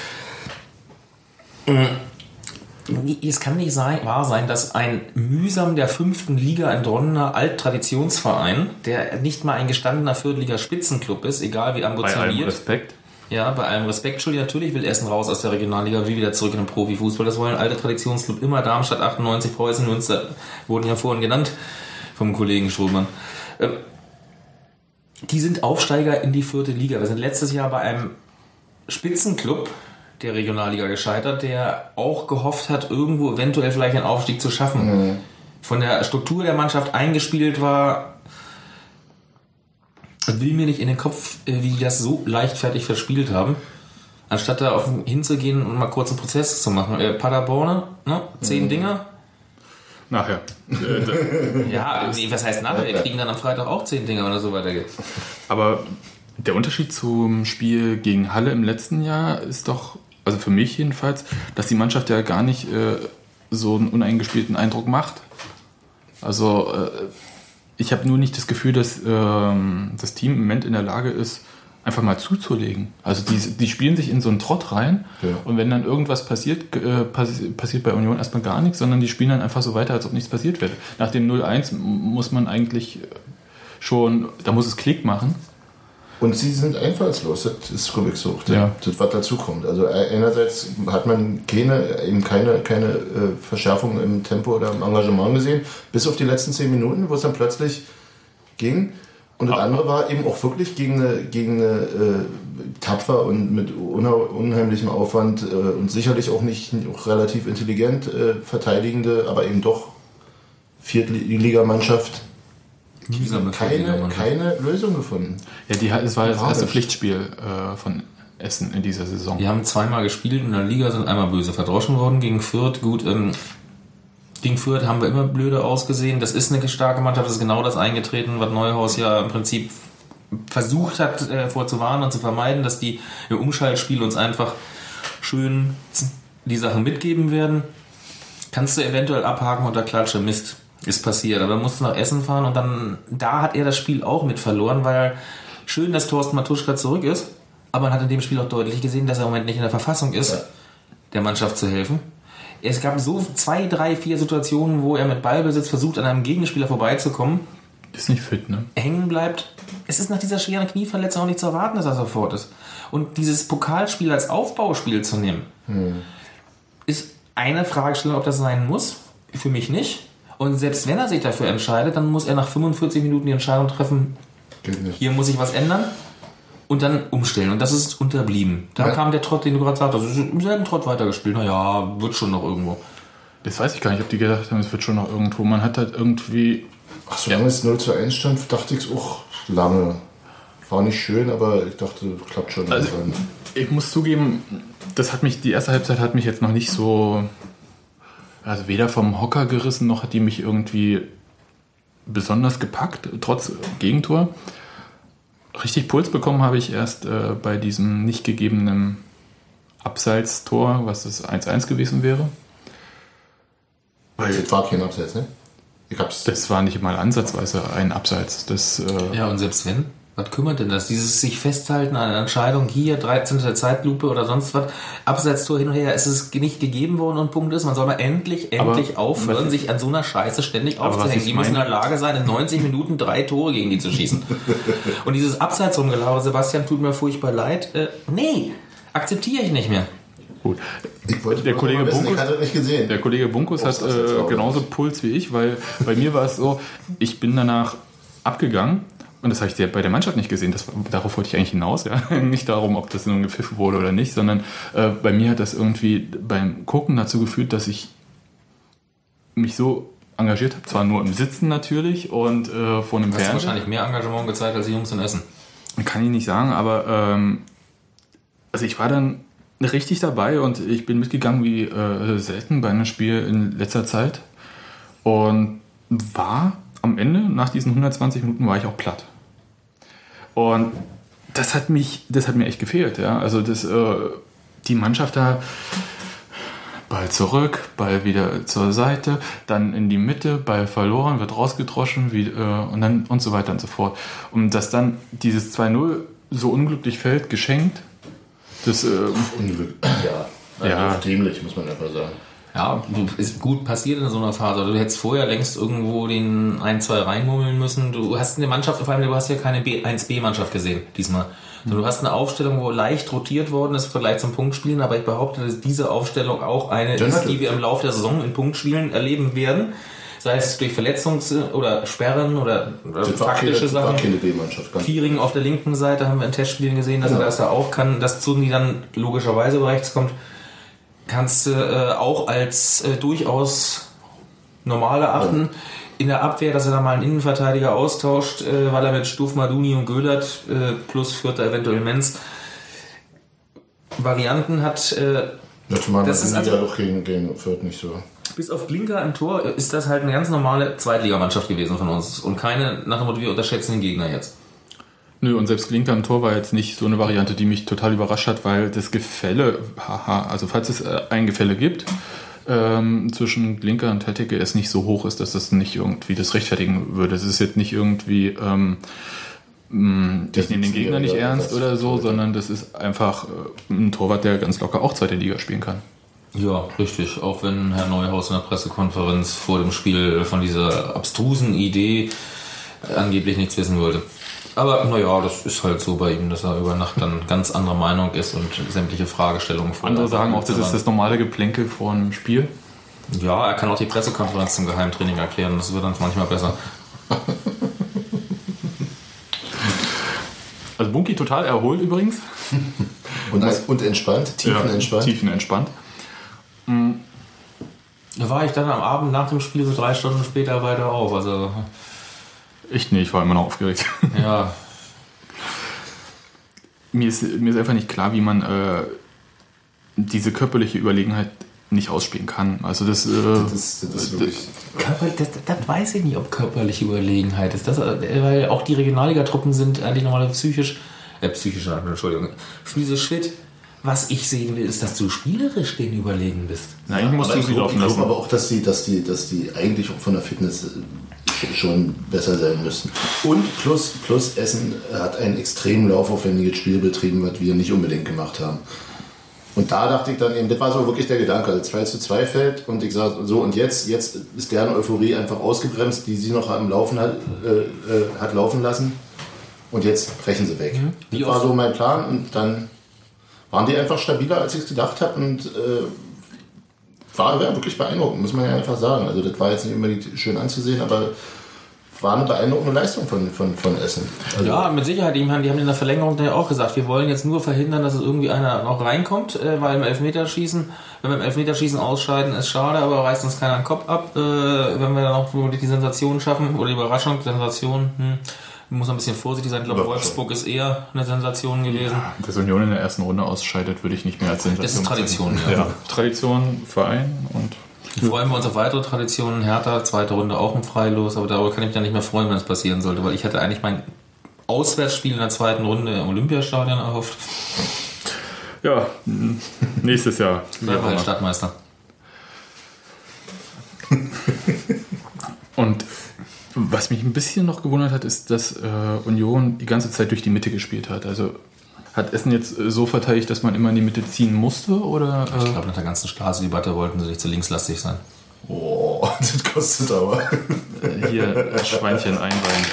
Speaker 6: es kann nicht wahr sein, dass ein mühsam der 5. Liga entronnener Alt-Traditionsverein, der nicht mal ein gestandener Viertliga-Spitzenclub ist, egal wie ambitioniert.
Speaker 1: Bei allem Respekt.
Speaker 6: Ja, bei allem Respekt. Entschuldigung, natürlich will Essen raus aus der Regionalliga, wie wieder zurück in den Profifußball. Das wollen alte Traditionsclub immer. Darmstadt 98, Preußen, Münster wurden ja vorhin genannt vom Kollegen Schulmann. Die sind Aufsteiger in die 4. Liga. Wir sind letztes Jahr bei einem Spitzenclub der Regionalliga gescheitert, der auch gehofft hat, irgendwo eventuell vielleicht einen Aufstieg zu schaffen. Von der Struktur der Mannschaft eingespielt war, will mir nicht in den Kopf, wie die das so leichtfertig verspielt haben, anstatt da hinzugehen und mal kurz einen Prozess zu machen. Paderborn, ne? 10 Dinger.
Speaker 1: Nachher.
Speaker 6: Ja, was heißt nachher? Wir kriegen dann am Freitag auch 10 Dinger, wenn das so weitergeht.
Speaker 1: Aber der Unterschied zum Spiel gegen Halle im letzten Jahr ist doch, also für mich jedenfalls, dass die Mannschaft ja gar nicht so einen uneingespielten Eindruck macht. Also ich habe nur nicht das Gefühl, dass das Team im Moment in der Lage ist, einfach mal zuzulegen. Also die spielen sich in so einen Trott rein und wenn dann irgendwas passiert, passiert bei Union erstmal gar nichts, sondern die spielen dann einfach so weiter, als ob nichts passiert wäre. Nach dem 0-1 muss man eigentlich schon, da muss es Klick machen.
Speaker 4: Und sie sind einfallslos, das ist für mich so, das, was dazu kommt. Also einerseits hat man keine Verschärfung im Tempo oder im Engagement gesehen, bis auf die letzten 10 Minuten, wo es dann plötzlich ging. Und das andere war eben auch wirklich gegen eine tapfer und mit unheimlichem Aufwand und sicherlich auch nicht auch relativ intelligent verteidigende, aber eben doch Viertligamannschaft. Keine Lösung gefunden.
Speaker 1: Ja, es war das erste Pflichtspiel von Essen in dieser Saison.
Speaker 6: Die haben 2-mal gespielt in der Liga, sind einmal böse verdroschen worden gegen Fürth. Gut, gegen Fürth haben wir immer blöde ausgesehen. Das ist eine starke Mannschaft, das ist genau das eingetreten, was Neuhaus ja im Prinzip versucht hat vorzuwarnen und zu vermeiden, dass die im Umschaltspiel uns einfach schön die Sachen mitgeben werden. Kannst du eventuell abhaken unter Klatsche, Mist. Ist passiert, aber dann musst du nach Essen fahren und dann, da hat er das Spiel auch mit verloren, weil schön, dass Thorsten Matuschka zurück ist, aber man hat in dem Spiel auch deutlich gesehen, dass er im Moment nicht in der Verfassung ist, der Mannschaft zu helfen. Es gab so 2, 3, 4 Situationen, wo er mit Ballbesitz versucht, an einem Gegenspieler vorbeizukommen.
Speaker 1: Ist nicht fit, ne?
Speaker 6: Hängen bleibt. Es ist nach dieser schweren Knieverletzung auch nicht zu erwarten, dass er sofort ist. Und dieses Pokalspiel als Aufbauspiel zu nehmen, ist eine Fragestellung, ob das sein muss. Für mich nicht. Und selbst wenn er sich dafür entscheidet, dann muss er nach 45 Minuten die Entscheidung treffen, hier muss ich was ändern und dann umstellen. Und das ist unterblieben. Da kam der Trott, den du gerade sagst, ist im selben Trott weitergespielt. Naja, wird schon noch irgendwo.
Speaker 1: Das weiß ich gar nicht, ob die gedacht haben, es wird schon noch irgendwo. Man hat halt irgendwie...
Speaker 4: Ach, solange es 0-1 stand, dachte ich es auch lange. War nicht schön, aber ich dachte, klappt schon.
Speaker 1: Also, ich muss zugeben, die erste Halbzeit hat mich jetzt noch nicht so... Also weder vom Hocker gerissen, noch hat die mich irgendwie besonders gepackt, trotz Gegentor. Richtig Puls bekommen habe ich erst bei diesem nicht gegebenen Abseitstor, was das 1-1 gewesen wäre.
Speaker 4: Weil das war kein Abseits, ne?
Speaker 1: Das war nicht mal ansatzweise ein Abseits.
Speaker 6: Ja, und selbst wenn? Was kümmert denn das? Dieses sich festhalten an einer Entscheidung, hier 13. der Zeitlupe oder sonst was, Abseitstor hin und her, ist es nicht gegeben worden und Punkt ist, man soll mal endlich aufhören, sich an so einer Scheiße ständig aufzuhängen. Die müssen in der Lage sein, in 90 Minuten 3 Tore gegen die zu schießen. Und dieses Abseits rumgelaufen, Sebastian, tut mir furchtbar leid. Nee, akzeptiere ich nicht mehr.
Speaker 1: Gut. Der Kollege Bunkus hat genauso Puls wie ich, weil bei mir war es so, ich bin danach abgegangen. Und das habe ich bei der Mannschaft nicht gesehen. Darauf wollte ich eigentlich hinaus. Ja? Nicht darum, ob das nun gepfiffen wurde oder nicht, sondern bei mir hat das irgendwie beim Gucken dazu geführt, dass ich mich so engagiert habe, zwar nur im Sitzen natürlich und vor einem
Speaker 6: Du hast
Speaker 1: Fernseher.
Speaker 6: wahrscheinlich mehr Engagement gezeigt als die Jungs in Essen.
Speaker 1: Kann ich nicht sagen, aber also ich war dann richtig dabei und ich bin mitgegangen wie selten bei einem Spiel in letzter Zeit und war am Ende, nach diesen 120 Minuten, war ich auch platt. Und das hat mir echt gefehlt. Ja? Also die Mannschaft da, Ball zurück, Ball wieder zur Seite, dann in die Mitte, Ball verloren, wird rausgedroschen und dann und so weiter und so fort. Und dass dann dieses 2-0 so unglücklich fällt, geschenkt, das
Speaker 4: Unglück. Ja, dämlich, muss man einfach sagen.
Speaker 6: Ja, ist gut passiert in so einer Phase. Du hättest vorher längst irgendwo den 1-2 reinmummeln müssen. Du hast eine Mannschaft, vor allem du hast ja keine 1B-Mannschaft gesehen diesmal. Du hast eine Aufstellung, wo leicht rotiert worden ist im Vergleich zum Punktspielen, aber ich behaupte, dass diese Aufstellung auch eine ist, die wir im Laufe der Saison in Punktspielen erleben werden. Sei es durch Verletzungs- oder Sperren oder taktische Sachen.
Speaker 4: Keine B-Mannschaft.
Speaker 6: Viering auf der linken Seite haben wir in Testspielen gesehen, dass er das ja auch kann, dass Zuni dann logischerweise über rechts kommt. Kannst du auch als durchaus normal erachten. In der Abwehr, dass er da mal einen Innenverteidiger austauscht, weil er mit Stuf, Maduni und Göhlert plus Vierter eventuell Menz Varianten hat.
Speaker 4: Das ist also doch gegen Fürth nicht so.
Speaker 6: Bis auf Glinka im Tor ist das halt eine ganz normale Zweitligamannschaft gewesen von uns. Und keine, nach dem Motto, wir unterschätzen den Gegner jetzt.
Speaker 1: Nö, und selbst Glinka im Tor war jetzt nicht so eine Variante, die mich total überrascht hat, weil das Gefälle, also falls es ein Gefälle gibt, zwischen Glinka und Tetteke es nicht so hoch ist, dass das nicht irgendwie das rechtfertigen würde. Es ist jetzt nicht irgendwie, ich nehme den Gegner nicht ernst oder so, sondern das ist einfach ein Torwart, der ganz locker auch zweite Liga spielen kann.
Speaker 6: Ja, richtig. Auch wenn Herr Neuhaus in der Pressekonferenz vor dem Spiel von dieser abstrusen Idee angeblich nichts wissen wollte. Aber naja, das ist halt so bei ihm, dass er über Nacht dann ganz anderer Meinung ist und sämtliche Fragestellungen vor.
Speaker 1: Andere sagen auch, das ist das normale Geplänkel vor einem Spiel.
Speaker 6: Ja, er kann auch die Pressekonferenz zum Geheimtraining erklären, das wird dann manchmal besser.
Speaker 1: Also Bunky total erholt übrigens.
Speaker 4: Und entspannt,
Speaker 1: tiefenentspannt.
Speaker 6: Da war ich dann am Abend nach dem Spiel so 3 Stunden später weiter auf, also...
Speaker 1: Ich war immer noch aufgeregt.
Speaker 6: Ja.
Speaker 1: Mir ist einfach nicht klar, wie man diese körperliche Überlegenheit nicht ausspielen kann. Also das ist wirklich...
Speaker 6: Das weiß ich nicht, ob körperliche Überlegenheit ist. Weil auch die Regionalligatruppen sind eigentlich nochmal physisch fit. Was ich sehen will, ist, dass du spielerisch denen überlegen bist.
Speaker 1: Nein, musst du sie laufen lassen.
Speaker 4: Aber auch, dass die eigentlich auch von der Fitness schon besser sein müssen. Und plus Essen hat ein extrem laufaufwendiges Spiel betrieben, was wir nicht unbedingt gemacht haben. Und da dachte ich dann eben, das war so wirklich der Gedanke, als 2:2 fällt und ich sage so, und jetzt ist deren Euphorie einfach ausgebremst, die sie noch am Laufen hat laufen lassen, und jetzt brechen sie weg. Das war so mein Plan, und dann waren die einfach stabiler, als ich es gedacht habe, und war wirklich beeindruckend, muss man ja einfach sagen. Also das war jetzt nicht unbedingt schön anzusehen, aber war eine beeindruckende Leistung von Essen. Also
Speaker 6: ja, mit Sicherheit. Die haben in der Verlängerung dann ja auch gesagt, wir wollen jetzt nur verhindern, dass es irgendwie einer noch reinkommt, weil im Elfmeterschießen, wenn wir im Elfmeterschießen ausscheiden, ist schade, aber reißt uns keiner den Kopf ab. Wenn wir dann auch die Sensation schaffen, oder die Überraschung, Sensation, man muss ein bisschen vorsichtig sein. Ich glaube, Wolfsburg ist eher eine Sensation gewesen.
Speaker 1: Ja, dass Union in der ersten Runde ausscheidet, würde ich nicht mehr als Sensation.
Speaker 6: Das ist Tradition,
Speaker 1: ja. Tradition, Verein und...
Speaker 6: Freuen wir uns auf weitere Traditionen. Hertha, zweite Runde auch im Freilos, aber darüber kann ich mich dann nicht mehr freuen, wenn es passieren sollte, weil ich hatte eigentlich mein Auswärtsspiel in der zweiten Runde im Olympiastadion erhofft.
Speaker 1: Ja, nächstes Jahr.
Speaker 6: Bleiben wir halt Stadtmeister.
Speaker 1: Und was mich ein bisschen noch gewundert hat, ist, dass Union die ganze Zeit durch die Mitte gespielt hat. Also hat Essen jetzt so verteidigt, dass man immer in die Mitte ziehen musste? Oder,
Speaker 6: ich glaube, nach der ganzen Straßendebatte wollten sie nicht zu linkslastig sein.
Speaker 4: Oh, das kostet aber.
Speaker 1: Hier Schweinchen einweihen.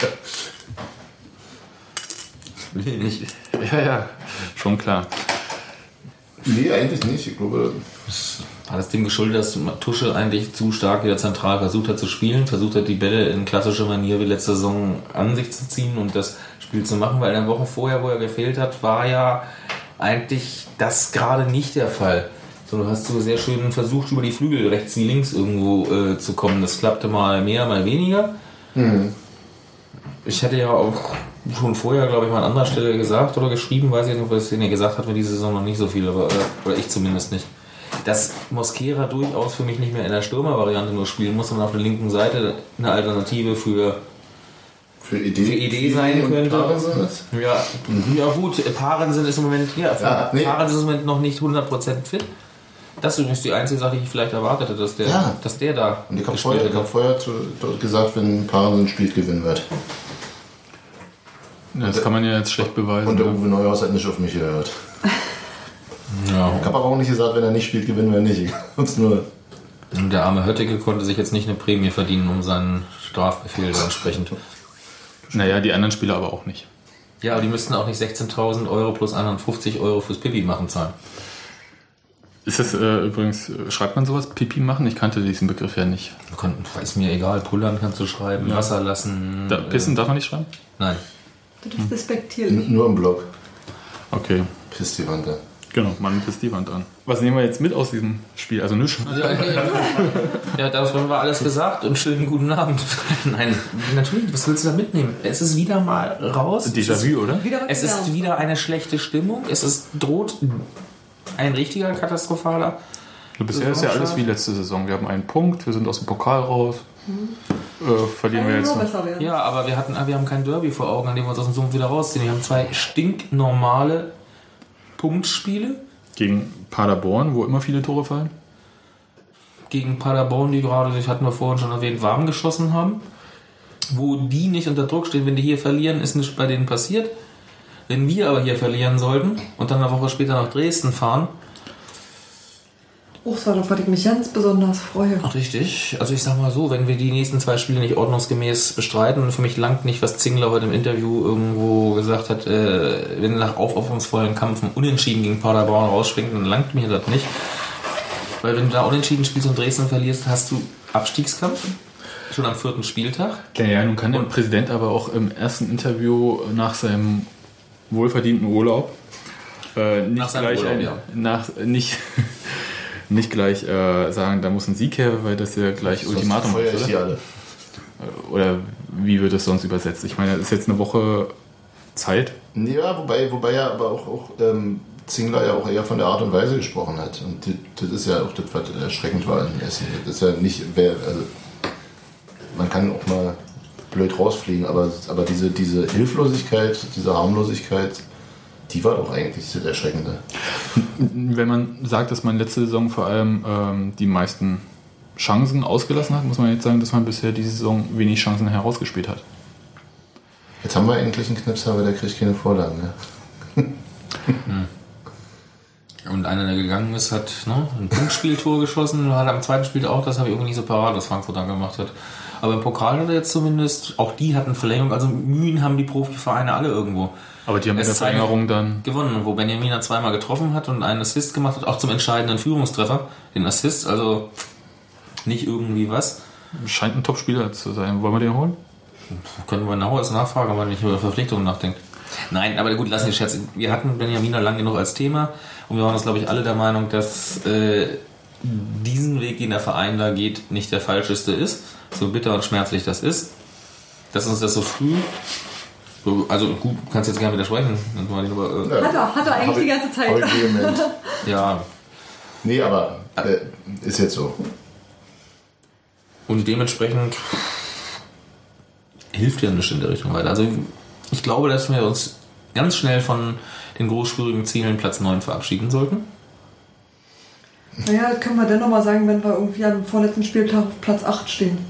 Speaker 6: Will nicht.
Speaker 1: Ja, schon klar.
Speaker 4: Nee, eigentlich nicht. Ich glaube...
Speaker 6: War das Ding geschuldet, dass Tusche eigentlich zu stark wieder zentral versucht hat zu spielen, versucht hat, die Bälle in klassischer Manier wie letzte Saison an sich zu ziehen und das Spiel zu machen, weil in der Woche vorher, wo er gefehlt hat, war ja eigentlich das gerade nicht der Fall. So, du hast so sehr schön versucht, über die Flügel rechts wie links irgendwo zu kommen. Das klappte mal mehr, mal weniger. Ich hätte ja auch schon vorher, glaube ich, mal an anderer Stelle gesagt oder geschrieben, weiß ich nicht, was ihr gesagt hat, für diese Saison noch nicht so viel, aber, oder ich zumindest nicht. Dass Mosquera durchaus für mich nicht mehr in der Stürmer-Variante nur spielen muss, sondern auf der linken Seite eine Alternative für Idee sein könnte. Ja, gut, Parensen ist im Moment, Parensen ist im Moment noch nicht 100% fit. Das ist übrigens die einzige Sache, die ich vielleicht erwartete, dass der da.
Speaker 4: Und ich habe vorher gesagt, wenn Parensen spielt, gewinnen wird.
Speaker 1: Ja, das kann man ja jetzt schlecht beweisen.
Speaker 4: Und der Uwe Neuhaus hat nicht auf mich gehört. Ja. Ich habe aber auch nicht gesagt, wenn er nicht spielt, gewinnen wir nicht. Nur
Speaker 6: der arme Hötteke konnte sich jetzt nicht eine Prämie verdienen, um seinen Strafbefehl entsprechend.
Speaker 1: Naja, die anderen Spieler aber auch nicht.
Speaker 6: Ja, aber die müssten auch nicht 16.000 € plus 51 € fürs Pipi machen zahlen.
Speaker 1: Ist das übrigens, schreibt man sowas, Pipi machen? Ich kannte diesen Begriff ja nicht.
Speaker 6: Ist mir egal, pullern kannst du schreiben, Wasser lassen.
Speaker 1: Pissen darf man nicht schreiben?
Speaker 6: Nein.
Speaker 2: Das ist respektierlich.
Speaker 4: Nur im Blog.
Speaker 1: Okay.
Speaker 4: Pisst die Wand an.
Speaker 1: Genau, man pisst die Wand an. Was nehmen wir jetzt mit aus diesem Spiel? Also nichts.
Speaker 6: Ja, darüber war alles gesagt und schönen guten Abend. Nein, natürlich, was willst du da mitnehmen? Es ist wieder mal raus.
Speaker 1: Déjà-vu, oder?
Speaker 6: Es ist wieder eine schlechte Stimmung. Droht ein richtiger katastrophaler.
Speaker 1: Bisher ist ja alles wie letzte Saison. Wir haben einen Punkt, wir sind aus dem Pokal raus. Verlieren wir jetzt noch.
Speaker 6: Ja, aber wir haben kein Derby vor Augen, an dem wir uns aus dem Sumpf wieder rausziehen. Wir haben 2 stinknormale Punktspiele.
Speaker 1: Gegen Paderborn, wo immer viele Tore fallen.
Speaker 6: Gegen Paderborn, die gerade, das hatten wir vorhin schon erwähnt, warm geschossen haben. Wo die nicht unter Druck stehen. Wenn die hier verlieren, ist nichts bei denen passiert. Wenn wir aber hier verlieren sollten und dann eine Woche später nach Dresden fahren.
Speaker 2: Darauf hatte ich mich ganz besonders freue.
Speaker 6: Ach, richtig. Also ich sag mal so, wenn wir die nächsten 2 Spiele nicht ordnungsgemäß bestreiten, und für mich langt nicht, was Zingler heute im Interview irgendwo gesagt hat, wenn nach aufopferungsvollen Kampf ein Unentschieden gegen Paderborn rausspringt, dann langt mir das nicht. Weil wenn du da unentschieden spielst und Dresden verlierst, hast du Abstiegskampf. Schon am 4. Spieltag.
Speaker 1: Ja, nun kann der Präsident aber auch im ersten Interview nach seinem wohlverdienten Urlaub nicht gleich sagen, da muss ein Sieg her, weil das ja gleich Ultimatum ist, oder? Oder wie wird es sonst übersetzt? Ich meine, das ist jetzt eine Woche Zeit.
Speaker 4: Ja, wobei ja aber auch Zingler ja auch eher von der Art und Weise gesprochen hat. Und das ist ja auch das, was erschreckend war in Essen. Das ist ja nicht, man kann auch mal blöd rausfliegen, aber diese Hilflosigkeit, diese Harmlosigkeit, die war doch eigentlich das Erschreckende.
Speaker 1: Wenn man sagt, dass man letzte Saison vor allem die meisten Chancen ausgelassen hat, muss man jetzt sagen, dass man bisher diese Saison wenig Chancen herausgespielt hat.
Speaker 4: Jetzt haben wir eigentlich einen Knipser, aber der kriegt keine Vorlagen. Ne?
Speaker 6: Und einer, der gegangen ist, hat ein Punktspieltor geschossen, hat am 2. Spiel auch, das habe ich irgendwie nicht so parat, was Frankfurt dann gemacht hat. Aber im Pokal hat er jetzt zumindest, auch die hatten Verlängerung, also Mühen haben die Profivereine alle irgendwo.
Speaker 1: Aber die haben in der Verlängerung dann
Speaker 6: gewonnen, wo Benjamin 2-mal getroffen hat und einen Assist gemacht hat, auch zum entscheidenden Führungstreffer, den Assist, also nicht irgendwie was.
Speaker 1: Scheint ein Top-Spieler zu sein. Wollen wir den holen?
Speaker 6: Können wir nachfragen, wenn man nicht über Verpflichtungen nachdenkt. Nein, aber gut, lassen wir Scherz. Wir hatten Benjamina lang genug als Thema und wir waren uns, glaube ich, alle der Meinung, dass diesen Weg, den der Verein da geht, nicht der falscheste ist. So bitter und schmerzlich das ist. Dass uns das so früh... Also gut, du kannst jetzt gerne widersprechen.
Speaker 2: Hat er eigentlich die ganze Zeit.
Speaker 6: Ja.
Speaker 4: Nee, aber ist jetzt so.
Speaker 6: Und dementsprechend hilft ja nicht in der Richtung weiter. Also ich glaube, dass wir uns ganz schnell von den großspürigen Zielen Platz 9 verabschieden sollten.
Speaker 2: Naja, das können wir dann nochmal sagen, wenn wir irgendwie am vorletzten Spieltag auf Platz 8 stehen.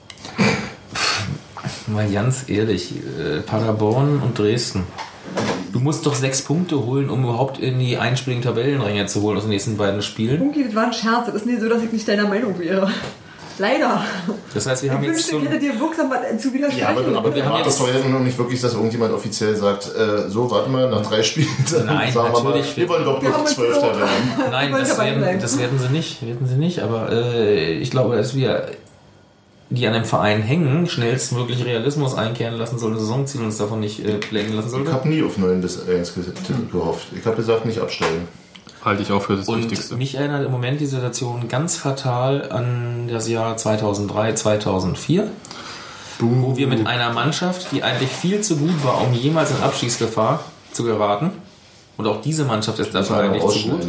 Speaker 6: Mal ganz ehrlich, Paderborn und Dresden. Du musst doch 6 Punkte holen, um überhaupt in die einspieligen Tabellenränge zu holen aus den nächsten beiden Spielen.
Speaker 2: Okay, das war ein Scherz. Das ist nicht so, dass ich nicht deiner Meinung wäre. Leider.
Speaker 6: Das heißt, wir haben jetzt
Speaker 2: ich hätte dir wirksam zu widersprechen.
Speaker 4: Ja, aber wir haben jetzt doch noch nicht wirklich, dass irgendjemand offiziell sagt, so, warte mal, nach 3 Spielen
Speaker 6: nein,
Speaker 4: sagen wir mal, wir wollen doch bloß 12. werden.
Speaker 6: Nein, das werden sie nicht. Aber ich glaube, dass wir die an dem Verein hängen, schnellstmöglich Realismus einkehren lassen sollen, Saisonziel und uns davon nicht plängen lassen sollen.
Speaker 4: Ich habe nie auf 9 bis 1 gehofft. Ich habe gesagt, nicht absteigen.
Speaker 1: Halte ich auch für das
Speaker 6: Und
Speaker 1: Wichtigste.
Speaker 6: mich erinnert im Moment die Situation ganz fatal an das Jahr 2003, 2004, wo wir mit einer Mannschaft, die eigentlich viel zu gut war, um jemals in Abstiegsgefahr zu geraten, und auch diese Mannschaft ist dafür eigentlich zu gut,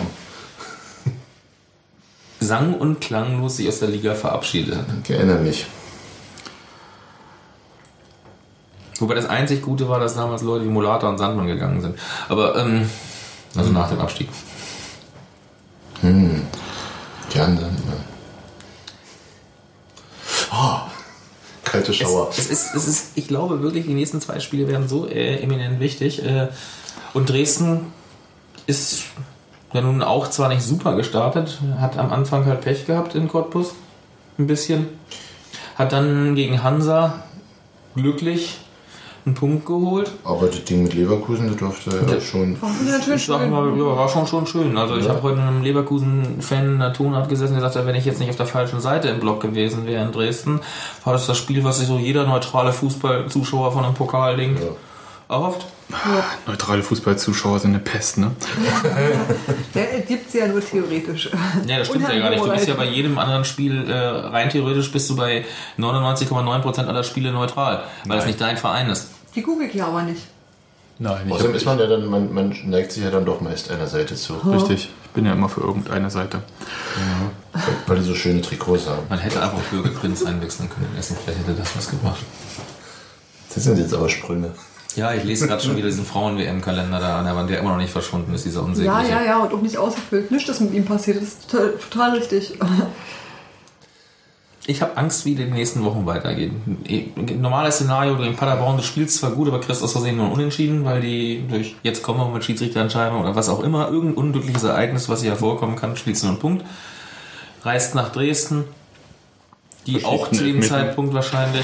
Speaker 6: sang- und klanglos sich aus der Liga verabschiedet hat.
Speaker 4: Ich erinnere mich.
Speaker 6: Wobei das einzig Gute war, dass damals Leute wie Molata und Sandmann gegangen sind. Aber, also nach dem Abstieg.
Speaker 4: Gern dann. Kalte Schauer.
Speaker 6: Es ist, ich glaube wirklich, die nächsten 2 Spiele werden so eminent wichtig. Und Dresden ist ja nun auch zwar nicht super gestartet, hat am Anfang halt Pech gehabt in Cottbus. Ein bisschen. Hat dann gegen Hansa glücklich einen Punkt geholt.
Speaker 4: Aber das Ding mit Leverkusen, das durfte ja schon.
Speaker 6: Ich sag mal, ja, war schon schön. Also ich habe heute mit einem Leverkusen-Fan in der Tonart gesessen, der sagte, wenn ich jetzt nicht auf der falschen Seite im Block gewesen wäre in Dresden, war das Spiel, was sich so jeder neutrale Fußballzuschauer von einem Pokalding erhofft.
Speaker 1: Neutrale Fußballzuschauer sind eine Pest, ne?
Speaker 2: Der gibt es ja nur theoretisch.
Speaker 6: Ja, das stimmt ja gar nicht. Du bist ja bei jedem anderen Spiel, rein theoretisch bist du bei 99,9% aller Spiele neutral, weil es nicht dein Verein ist.
Speaker 2: Die google ich ja aber nicht.
Speaker 1: Nein,
Speaker 4: Außerdem ist man ja dann, man neigt sich ja dann doch meist einer Seite zu.
Speaker 1: Richtig. Ich bin ja immer für irgendeine Seite.
Speaker 4: Weil die so schöne Trikots haben.
Speaker 6: Man hätte einfach Bürger Prinz einwechseln können in Essen, vielleicht hätte das was gebracht.
Speaker 4: Das sind jetzt aber Sprünge.
Speaker 6: Ja, ich lese gerade schon wieder diesen Frauen-WM-Kalender da an der Wand, der immer noch nicht verschwunden ist, dieser unsägliche.
Speaker 2: Ja, und auch nicht ausgefüllt. Nichts ist mit ihm passiert, das ist total richtig.
Speaker 6: Ich habe Angst, wie die nächsten Wochen weitergehen. Normales Szenario, gegen Paderborn, du spielst zwar gut, aber kriegst aus Versehen nur Unentschieden, weil die durch, jetzt kommen wir mit Schiedsrichterentscheidung oder was auch immer, irgendein unglückliches Ereignis, was hier hervorkommen kann, spielst du nur einen Punkt. Reist nach Dresden, die auch zu dem Zeitpunkt wahrscheinlich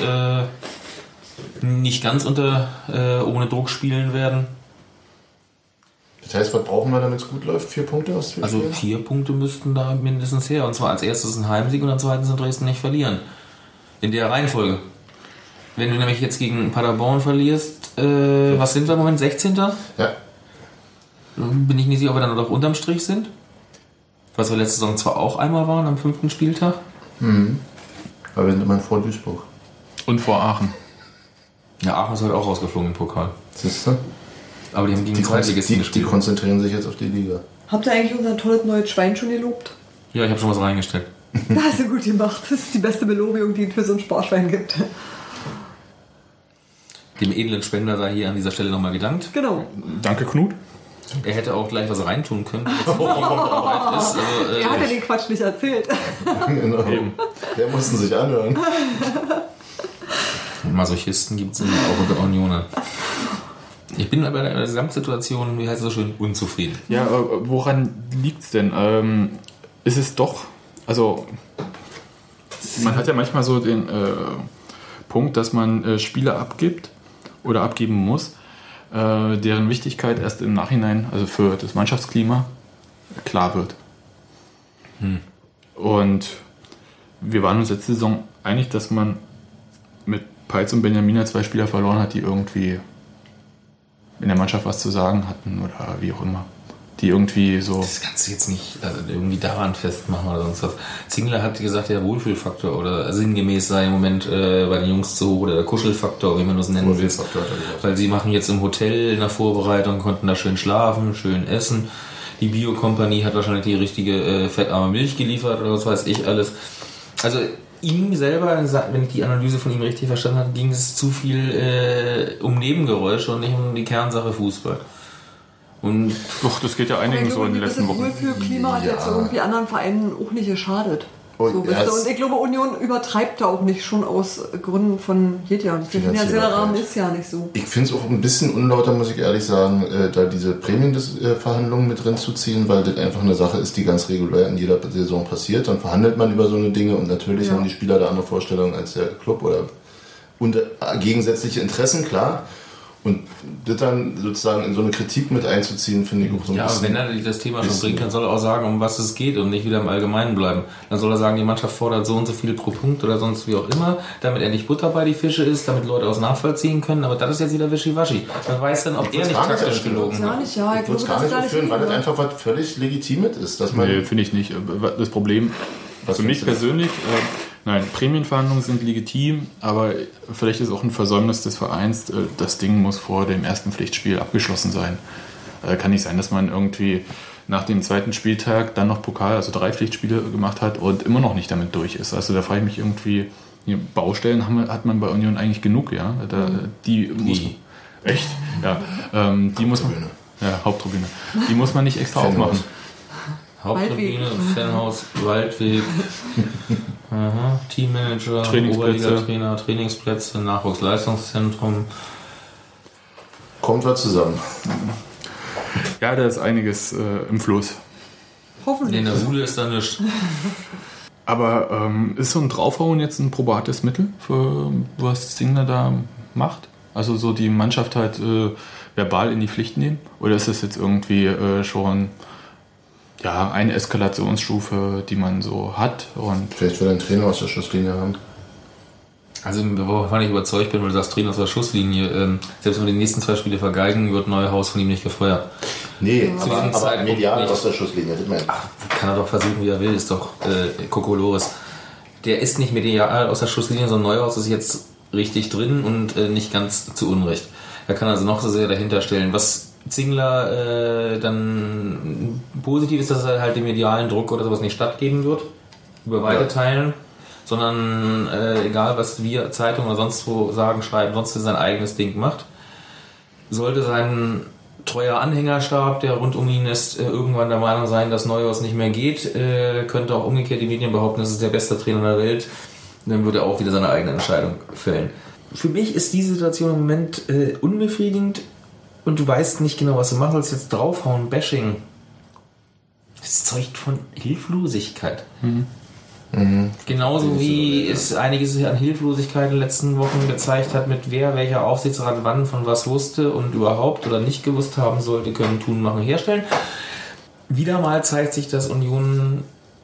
Speaker 6: nicht ganz ohne Druck spielen werden.
Speaker 4: Das heißt, was brauchen wir, damit es gut läuft? 4 Punkte aus 2
Speaker 6: Also 4 Punkte müssten da mindestens her. Und zwar als erstes ein Heimsieg und dann zweitens in Dresden nicht verlieren. In der Reihenfolge. Wenn du nämlich jetzt gegen Paderborn verlierst, was sind wir im Moment? 16.
Speaker 4: Ja.
Speaker 6: Bin ich nicht sicher, ob wir dann noch unterm Strich sind. Was wir letzte Saison zwar auch einmal waren, am 5. Spieltag.
Speaker 4: Aber wir sind immerhin vor Duisburg.
Speaker 1: Und vor Aachen.
Speaker 6: Ja, Aachen ist heute auch rausgeflogen im Pokal.
Speaker 4: Siehst du?
Speaker 6: Aber die haben gegen die Zweitligisten
Speaker 4: Die
Speaker 6: gespielt.
Speaker 4: konzentrieren sich jetzt auf die Liga.
Speaker 2: Habt ihr eigentlich unser tolles neues Schwein schon gelobt?
Speaker 6: Ja, ich habe schon was reingestellt.
Speaker 2: Das hast du gut gemacht. Das ist die beste Belobigung, die es für so ein Sparschwein gibt.
Speaker 6: Dem edlen Spender sei hier an dieser Stelle nochmal gedankt.
Speaker 2: Genau.
Speaker 1: Danke, Knut.
Speaker 6: Er hätte auch gleich was reintun können, wenn jetzt bereit ist. Also,
Speaker 2: Er hat ja den Quatsch nicht erzählt.
Speaker 4: Genau. Der mussten sich anhören.
Speaker 6: Masochisten gibt es auch unter Unionen. Ich bin aber bei der Gesamtsituation, wie heißt es so schön, unzufrieden.
Speaker 1: Ja, woran liegt es denn? Ist es doch, also man hat ja manchmal so den Punkt, dass man Spiele abgibt oder abgeben muss, deren Wichtigkeit erst im Nachhinein, also für das Mannschaftsklima, klar wird. Und wir waren uns letzte Saison einig, dass man mit Peitz und Benjamina 2 Spieler verloren hat, die irgendwie in der Mannschaft was zu sagen hatten oder wie auch immer. Die irgendwie so...
Speaker 6: Das kannst du jetzt nicht irgendwie daran festmachen oder sonst was. Zingler hat gesagt, der Wohlfühlfaktor oder sinngemäß sei im Moment bei den Jungs zu hoch oder der Kuschelfaktor, wie man das nennen will. Weil sie machen jetzt im Hotel in der Vorbereitung, konnten da schön schlafen, schön essen. Die Biokompanie hat wahrscheinlich die richtige fettarme Milch geliefert oder was weiß ich alles. Also ihm selber, wenn ich die Analyse von ihm richtig verstanden habe, ging es zu viel um Nebengeräusche und nicht um die Kernsache Fußball. Und
Speaker 1: Doch, das geht ja einigen so in den letzten Wochen.
Speaker 2: Das Wohlfühlklima hat jetzt irgendwie anderen Vereinen auch nicht geschadet.
Speaker 4: Und,
Speaker 2: So, wisst ihr? Und ich glaube, Union übertreibt da auch nicht, schon aus Gründen von geht ja. Der finanzielle Rahmen ist ja nicht so.
Speaker 4: Ich finde es auch ein bisschen unlauter, muss ich ehrlich sagen, da diese Prämienverhandlungen mit drin zu ziehen, weil das einfach eine Sache ist, die ganz regulär in jeder Saison passiert. Dann verhandelt man über so eine Dinge und natürlich haben die Spieler da andere Vorstellungen als der Club oder gegensätzliche Interessen, klar. Und das dann sozusagen in so eine Kritik mit einzuziehen, finde ich auch so ein
Speaker 6: Ja, aber
Speaker 4: bisschen.
Speaker 6: wenn er das Thema schon bringt, dann soll er auch sagen, um was es geht und nicht wieder im Allgemeinen bleiben. Dann soll er sagen, die Mannschaft fordert so und so viel pro Punkt oder sonst wie auch immer, damit endlich Butter bei die Fische ist, damit Leute aus nachvollziehen können. Aber das ist jetzt wieder Wischiwaschi. Man weiß dann, ob er nicht taktisch gelogen
Speaker 2: Gar
Speaker 6: hat.
Speaker 2: nicht, ja.
Speaker 4: Ich würde es gar nicht aufführen, weil das einfach was völlig Legitimes ist. Dass man
Speaker 1: Nee, finde ich nicht. Das Problem, für mich persönlich, nein, Prämienverhandlungen sind legitim, aber vielleicht ist auch ein Versäumnis des Vereins, das Ding muss vor dem ersten Pflichtspiel abgeschlossen sein. Kann nicht sein, dass man irgendwie nach dem zweiten Spieltag dann noch Pokal, also 3 Pflichtspiele gemacht hat und immer noch nicht damit durch ist. Also da frage ich mich irgendwie, Baustellen hat man bei Union eigentlich genug, ja? Die muss man, echt? Ja, die muss man, ja, Haupttribüne. Die muss man nicht extra aufmachen.
Speaker 6: Haupttribüne, Fanhaus, Waldweg, aha, Teammanager,
Speaker 1: Trainingsplätze.
Speaker 6: Oberliga-Trainer, Trainingsplätze, Nachwuchsleistungszentrum.
Speaker 4: kommt was zusammen.
Speaker 1: Ja, da ist einiges im Fluss.
Speaker 2: Hoffentlich.
Speaker 6: In der Schule ist da nichts.
Speaker 1: Aber ist so ein Draufhauen jetzt ein probates Mittel für was Zingler da macht? Also so die Mannschaft halt verbal in die Pflicht nehmen? Oder ist das jetzt irgendwie schon ja, eine Eskalationsstufe, die man so hat? Und
Speaker 4: Vielleicht will ein Trainer aus der Schusslinie haben.
Speaker 6: Also, wovon ich überzeugt bin, weil du sagst, Trainer aus der Schusslinie, selbst wenn wir die nächsten 2 Spiele vergeigen, wird Neuhaus von ihm nicht gefeuert.
Speaker 4: Nee,
Speaker 6: Zu diesem
Speaker 4: aber
Speaker 6: Zeitpunkt
Speaker 4: medial
Speaker 6: nicht.
Speaker 4: aus der Schusslinie. Das meine ich.
Speaker 6: Kann er doch versuchen, wie er will, ist doch Kokolores. Der ist nicht medial aus der Schusslinie, sondern Neuhaus ist jetzt richtig drin und nicht ganz zu Unrecht. Da kann also noch so sehr dahinter stellen. Was Zingler dann positiv ist, dass er halt dem medialen Druck oder sowas nicht stattgeben wird, über weite Teilen, sondern egal was wir Zeitungen oder sonst wo sagen, schreiben, sonst sein eigenes Ding macht. Sollte sein treuer Anhängerstab, der rund um ihn ist, irgendwann der Meinung sein, dass Neuhaus nicht mehr geht, könnte auch umgekehrt die Medien behaupten, das ist der beste Trainer der Welt, dann würde er auch wieder seine eigene Entscheidung fällen. Für mich ist die Situation im Moment unbefriedigend und du weißt nicht genau, was du machen sollst. Jetzt draufhauen, Bashing. Das zeugt von Hilflosigkeit. Genauso wie es einiges an Hilflosigkeit in den letzten Wochen gezeigt hat, mit wer welcher Aufsichtsrat wann von was wusste und überhaupt oder nicht gewusst haben sollte, können, tun, machen, herstellen. Wieder mal zeigt sich, dass Union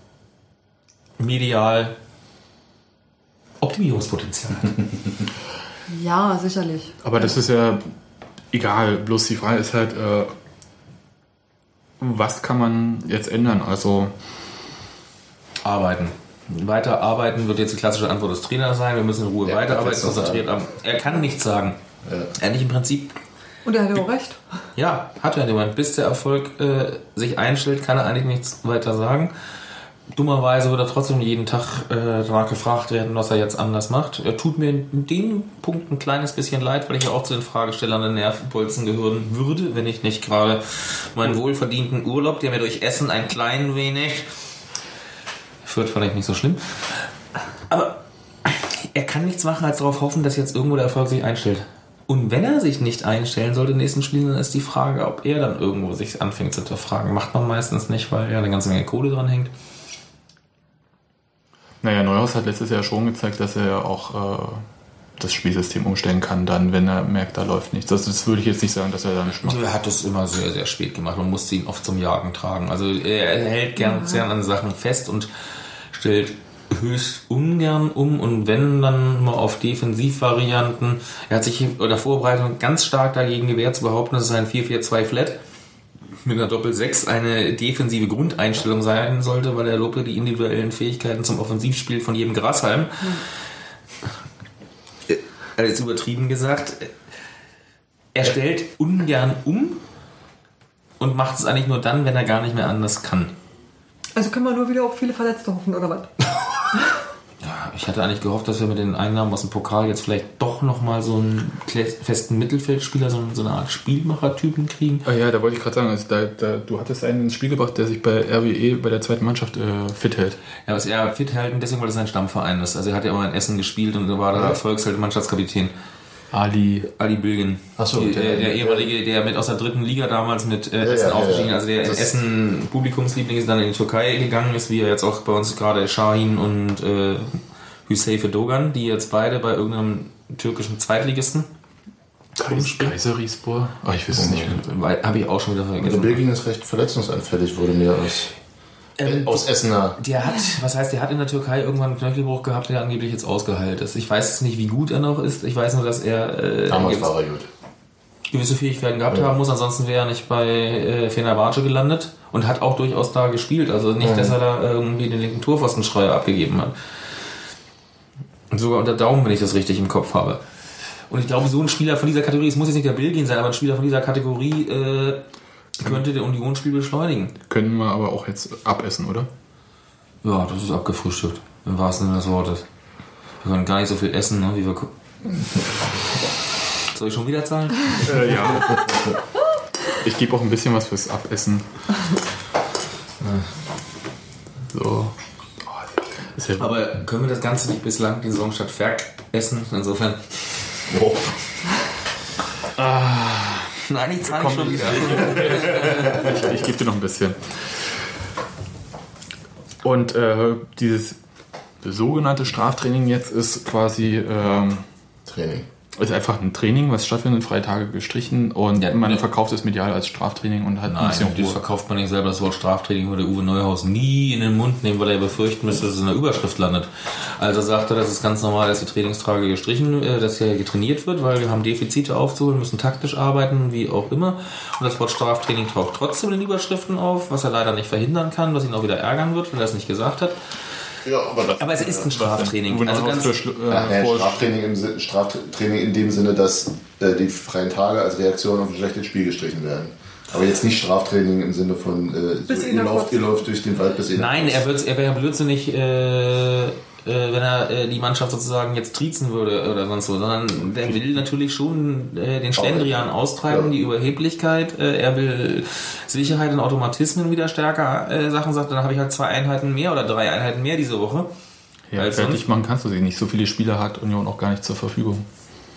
Speaker 6: medial Optimierungspotenzial hat.
Speaker 2: Ja, sicherlich.
Speaker 1: aber das ist ja egal, bloß die Frage ist halt, was kann man jetzt ändern? Also
Speaker 6: Arbeiten. Weiter arbeiten wird jetzt die klassische Antwort des Trainers sein. Wir müssen in Ruhe
Speaker 4: Ja,
Speaker 6: weiterarbeiten,
Speaker 4: das ist
Speaker 6: konzentriert am. Er kann nichts sagen. Er hat nicht im Prinzip.
Speaker 2: Und er hat ja auch recht.
Speaker 6: Ja, hat er in dem Moment. Bis der Erfolg sich einstellt, kann er eigentlich nichts weiter sagen. Dummerweise wird er trotzdem jeden Tag danach gefragt werden, was er jetzt anders macht. Er tut mir in dem Punkt ein kleines bisschen leid, weil ich ja auch zu den Fragestellern der Nervenbolzen gehören würde, wenn ich nicht gerade meinen wohlverdienten Urlaub, der mir durch Essen ein klein wenig wird vielleicht nicht so schlimm. Aber er kann nichts machen, als darauf hoffen, dass jetzt irgendwo der Erfolg sich einstellt. Und wenn er sich nicht einstellen sollte im nächsten Spiel, dann ist die Frage, ob er dann irgendwo sich anfängt zu hinterfragen. Macht man meistens nicht, weil ja eine ganze Menge Kohle dran hängt.
Speaker 1: naja, Neuhaus hat letztes Jahr schon gezeigt, dass er ja auch das Spielsystem umstellen kann, dann, wenn er merkt, da läuft nichts. Das würde ich jetzt nicht sagen, dass er da nicht macht.
Speaker 6: Er hat das immer sehr, sehr spät gemacht. Man musste ihn oft zum Jagen tragen. Also er hält gern an Sachen fest und stellt höchst ungern um und wenn dann mal auf Defensivvarianten. Er hat sich in der Vorbereitung ganz stark dagegen gewehrt zu behaupten, dass es ein 4-4-2 Flat mit einer Doppel-6 eine defensive Grundeinstellung sein sollte, weil er lobte die individuellen Fähigkeiten zum Offensivspiel von jedem Grashalm. Er hat jetzt übertrieben gesagt. Er stellt ungern um und macht es eigentlich nur dann, wenn er gar nicht mehr anders kann.
Speaker 2: Also können wir nur wieder auf viele Verletzte hoffen, oder was?
Speaker 6: Ja, ich hatte eigentlich gehofft, dass wir mit den Einnahmen aus dem Pokal jetzt vielleicht doch nochmal so einen festen Mittelfeldspieler, so eine Art Spielmacher-Typen kriegen.
Speaker 1: Ah ja, da wollte ich gerade sagen, also du hattest einen ins Spiel gebracht, der sich bei RWE, bei der zweiten Mannschaft, fit hält.
Speaker 6: Ja, was er fit halten, deswegen, weil das sein Stammverein ist. Also er hat ja immer in Essen gespielt und war da Erfolgsheld Mannschaftskapitän. Ali Bilgen.
Speaker 4: Ach so,
Speaker 6: der ehemalige, der mit aus der 3. Liga damals mit Essen aufgestiegen, also der in Essen Publikumsliebling ist, dann in die Türkei gegangen ist, wie jetzt auch bei uns gerade Şahin und Hüseyin Dogan, die jetzt beide bei irgendeinem türkischen Zweitligisten
Speaker 1: Kayserispor? Ich weiß es nicht mehr.
Speaker 6: Habe ich auch schon wieder
Speaker 4: Also
Speaker 6: vergessen.
Speaker 4: Belgien ist recht verletzungsanfällig, wurde mir aus Essener.
Speaker 6: Der hat in der Türkei irgendwann einen Knöchelbruch gehabt, der angeblich jetzt ausgeheilt ist. Ich weiß nicht, wie gut er noch ist. Ich weiß nur, dass er
Speaker 4: Damals war er gut.
Speaker 6: gewisse Fähigkeiten gehabt haben muss. Ansonsten wäre er nicht bei Fenerbahce gelandet und hat auch durchaus da gespielt. Also nicht, dass er da irgendwie den linken Torpfostenschreier abgegeben hat. Und sogar unter Daumen, wenn ich das richtig im Kopf habe. Und ich glaube, so ein Spieler von dieser Kategorie, es muss jetzt nicht der Belgien sein, aber ein Spieler von dieser Kategorie könnte der Unionsspiel beschleunigen.
Speaker 1: Können wir aber auch jetzt abessen, oder?
Speaker 6: Ja, das ist abgefrühstückt, im wahrsten Sinne des Wortes. Wir können gar nicht so viel essen, ne, wie wir... Soll ich schon wieder zahlen?
Speaker 1: Ja. Ich gebe auch ein bisschen was fürs Abessen. So. Ist ja
Speaker 6: Aber können wir das Ganze nicht bislang die Saison statt essen? Insofern...
Speaker 4: Oh.
Speaker 6: Nein, ich zahle schon wieder.
Speaker 1: ich gebe dir noch ein bisschen. Und dieses sogenannte Straftraining jetzt ist quasi
Speaker 4: Training.
Speaker 1: ist einfach ein Training, was stattfindet, freie Tage gestrichen und man verkauft es medial als Straftraining und hat ein bisschen
Speaker 6: Nein, das verkauft man nicht selber. Das Wort Straftraining würde Uwe Neuhaus nie in den Mund nehmen, weil er befürchten müsste, dass es in der Überschrift landet. Also sagt er, das ist ganz normal, dass die Trainingstage gestrichen, dass hier getrainiert wird, weil wir haben Defizite aufzuholen, müssen taktisch arbeiten, wie auch immer. Und das Wort Straftraining taucht trotzdem in den Überschriften auf, was er leider nicht verhindern kann, was ihn auch wieder ärgern wird, wenn er es nicht gesagt hat.
Speaker 4: Ja,
Speaker 6: aber es ist ein Straftraining.
Speaker 1: Also ganz
Speaker 4: Straftraining in dem Sinne, dass die freien Tage als Reaktion auf ein schlechtes Spiel gestrichen werden. Aber jetzt nicht Straftraining im Sinne von ihr läuft durch den Wald bis ihr.
Speaker 6: Nein, er wäre blödsinnig, wenn er die Mannschaft sozusagen jetzt triezen würde oder sonst so, sondern der will natürlich schon den Schlendrian austreiben, die Überheblichkeit. Er will Sicherheit und Automatismen wieder stärker Sachen sagt. Dann habe ich halt 2 Einheiten mehr oder 3 Einheiten mehr diese Woche.
Speaker 1: Ja, fertig machen kannst du sie nicht. So viele Spieler hat Union auch gar nicht zur Verfügung.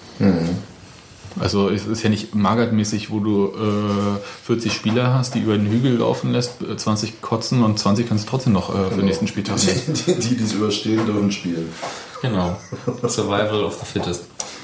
Speaker 1: Also es ist ja nicht magertmäßig, wo du 40 Spieler hast, die über den Hügel laufen lässt, 20 kotzen und 20 kannst du trotzdem noch für den nächsten Spieltag nehmen.
Speaker 4: Die es überstehen, dürfen spielen.
Speaker 6: Genau. Survival of the Fittest.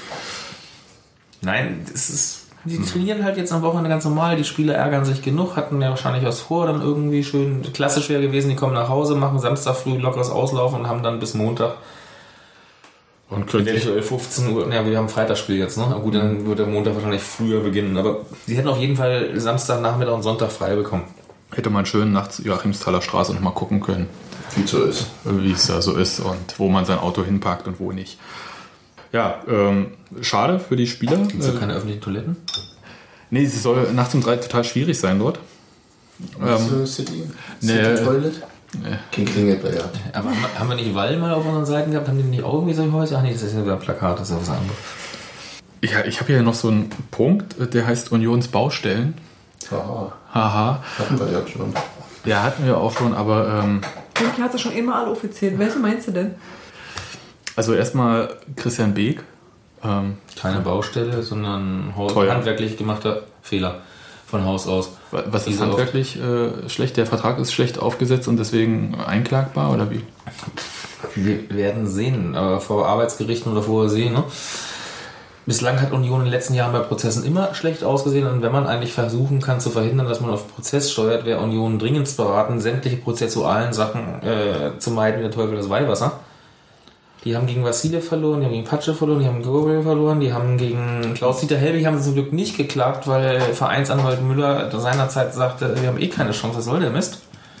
Speaker 6: Nein, die trainieren halt jetzt am Wochenende ganz normal, die Spieler ärgern sich genug, hatten ja wahrscheinlich was vor, dann irgendwie schön, klassisch wäre gewesen, die kommen nach Hause, machen Samstag früh lockeres Auslaufen und haben dann bis Montag und eventuell 15 Uhr, ja, wir haben Freitagsspiel jetzt, ne? Gut, dann wird der Montag wahrscheinlich früher beginnen, aber sie hätten auf jeden Fall Samstag, Nachmittag und Sonntag frei bekommen.
Speaker 1: Hätte man schön nachts Joachimsthaler Straße noch mal gucken können. Wie es da so ist und wo man sein Auto hinparkt und wo nicht. Ja, schade für die Spieler.
Speaker 6: Gibt es da keine öffentlichen Toiletten?
Speaker 1: Nee, es soll nachts um 3 total schwierig sein dort.
Speaker 4: City Toilet? King Klingelplayer.
Speaker 6: Aber haben wir nicht Wall mal auf unseren Seiten gehabt? Haben die nicht auch irgendwie solche Häuser? Ach nee, das ist ja wieder ein Plakat, das ist ja was anderes.
Speaker 1: Ich habe hier noch so einen Punkt, der heißt Unionsbaustellen. Haha.
Speaker 4: Hatten wir ja schon.
Speaker 1: Ja, hatten wir auch schon, aber...
Speaker 2: Die hat es schon immer alle offiziell. Welche meinst du denn?
Speaker 1: Also erstmal Christian Beek.
Speaker 6: Keine Baustelle, sondern handwerklich gemachter Fehler von Haus aus.
Speaker 1: Was ist handwerklich schlecht? Der Vertrag ist schlecht aufgesetzt und deswegen einklagbar oder wie?
Speaker 6: Wir werden sehen, aber vor Arbeitsgerichten oder vor See, ne? Bislang hat Union in den letzten Jahren bei Prozessen immer schlecht ausgesehen und wenn man eigentlich versuchen kann zu verhindern, dass man auf Prozess steuert, wäre Union dringend beraten, sämtliche prozessualen Sachen zu meiden, wie der Teufel das Weihwasser. Die haben gegen Vassile verloren, die haben gegen Patsche verloren, die haben gegen Gobel verloren, die haben gegen Klaus-Dieter Helbig haben sie zum Glück nicht geklagt, weil Vereinsanwalt Müller seinerzeit sagte, wir haben eh keine Chance, was soll der Mist?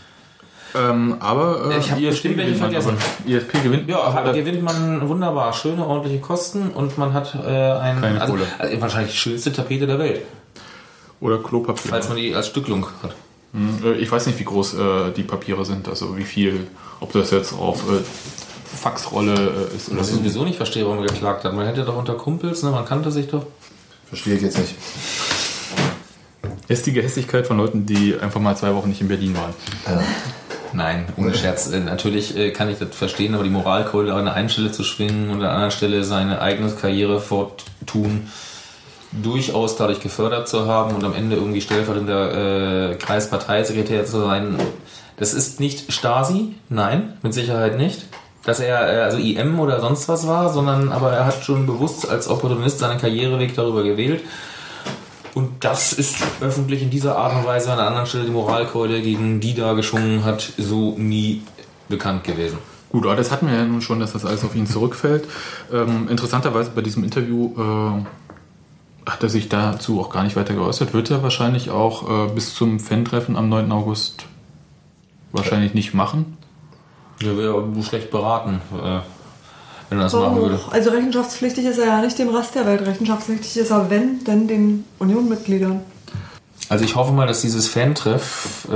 Speaker 1: Aber
Speaker 6: ich habe bestimmt welche vergessen.
Speaker 1: ISP gewinnt.
Speaker 6: Ja, gewinnt man wunderbar, schöne, ordentliche Kosten und man hat
Speaker 1: Kohle.
Speaker 6: Also wahrscheinlich die schönste Tapete der Welt.
Speaker 1: Oder Klopapier.
Speaker 6: Falls man die als Stücklung hat.
Speaker 1: Ich weiß nicht, wie groß die Papiere sind, also wie viel, ob das jetzt auf Faxrolle ist oder
Speaker 6: was ich sowieso nicht verstehe, warum man geklagt hat. Man hätte doch unter Kumpels, ne? Man kannte sich doch.
Speaker 4: Verstehe ich jetzt nicht.
Speaker 1: Ist die Gehässigkeit von Leuten, die einfach mal 2 Wochen nicht in Berlin waren.
Speaker 4: Ja.
Speaker 6: Nein, ohne Scherz. Natürlich kann ich das verstehen, aber die Moralkeule an der einen Stelle zu schwingen und an der anderen Stelle seine eigene Karriere forttun, durchaus dadurch gefördert zu haben und am Ende irgendwie stellvertretender Kreisparteisekretär zu sein, das ist nicht Stasi, nein, mit Sicherheit nicht. dass er also IM oder sonst was war, sondern aber er hat schon bewusst als Opportunist seinen Karriereweg darüber gewählt. Und das ist öffentlich in dieser Art und Weise an einer anderen Stelle die Moralkeule, gegen die da geschwungen hat, so nie bekannt gewesen.
Speaker 1: Gut, aber das hatten wir ja nun schon, dass das alles auf ihn zurückfällt. Interessanterweise bei diesem Interview hat er sich dazu auch gar nicht weiter geäußert. Wird er wahrscheinlich auch bis zum Fan-Treffen am 9. August wahrscheinlich nicht machen.
Speaker 6: Ja, wäre schlecht beraten, wenn er das machen würde.
Speaker 2: Also rechenschaftspflichtig ist er ja nicht dem Rest der Welt. Rechenschaftspflichtig ist er, wenn, denn den Union-Mitgliedern.
Speaker 6: Also ich hoffe mal, dass dieses Fan-Treff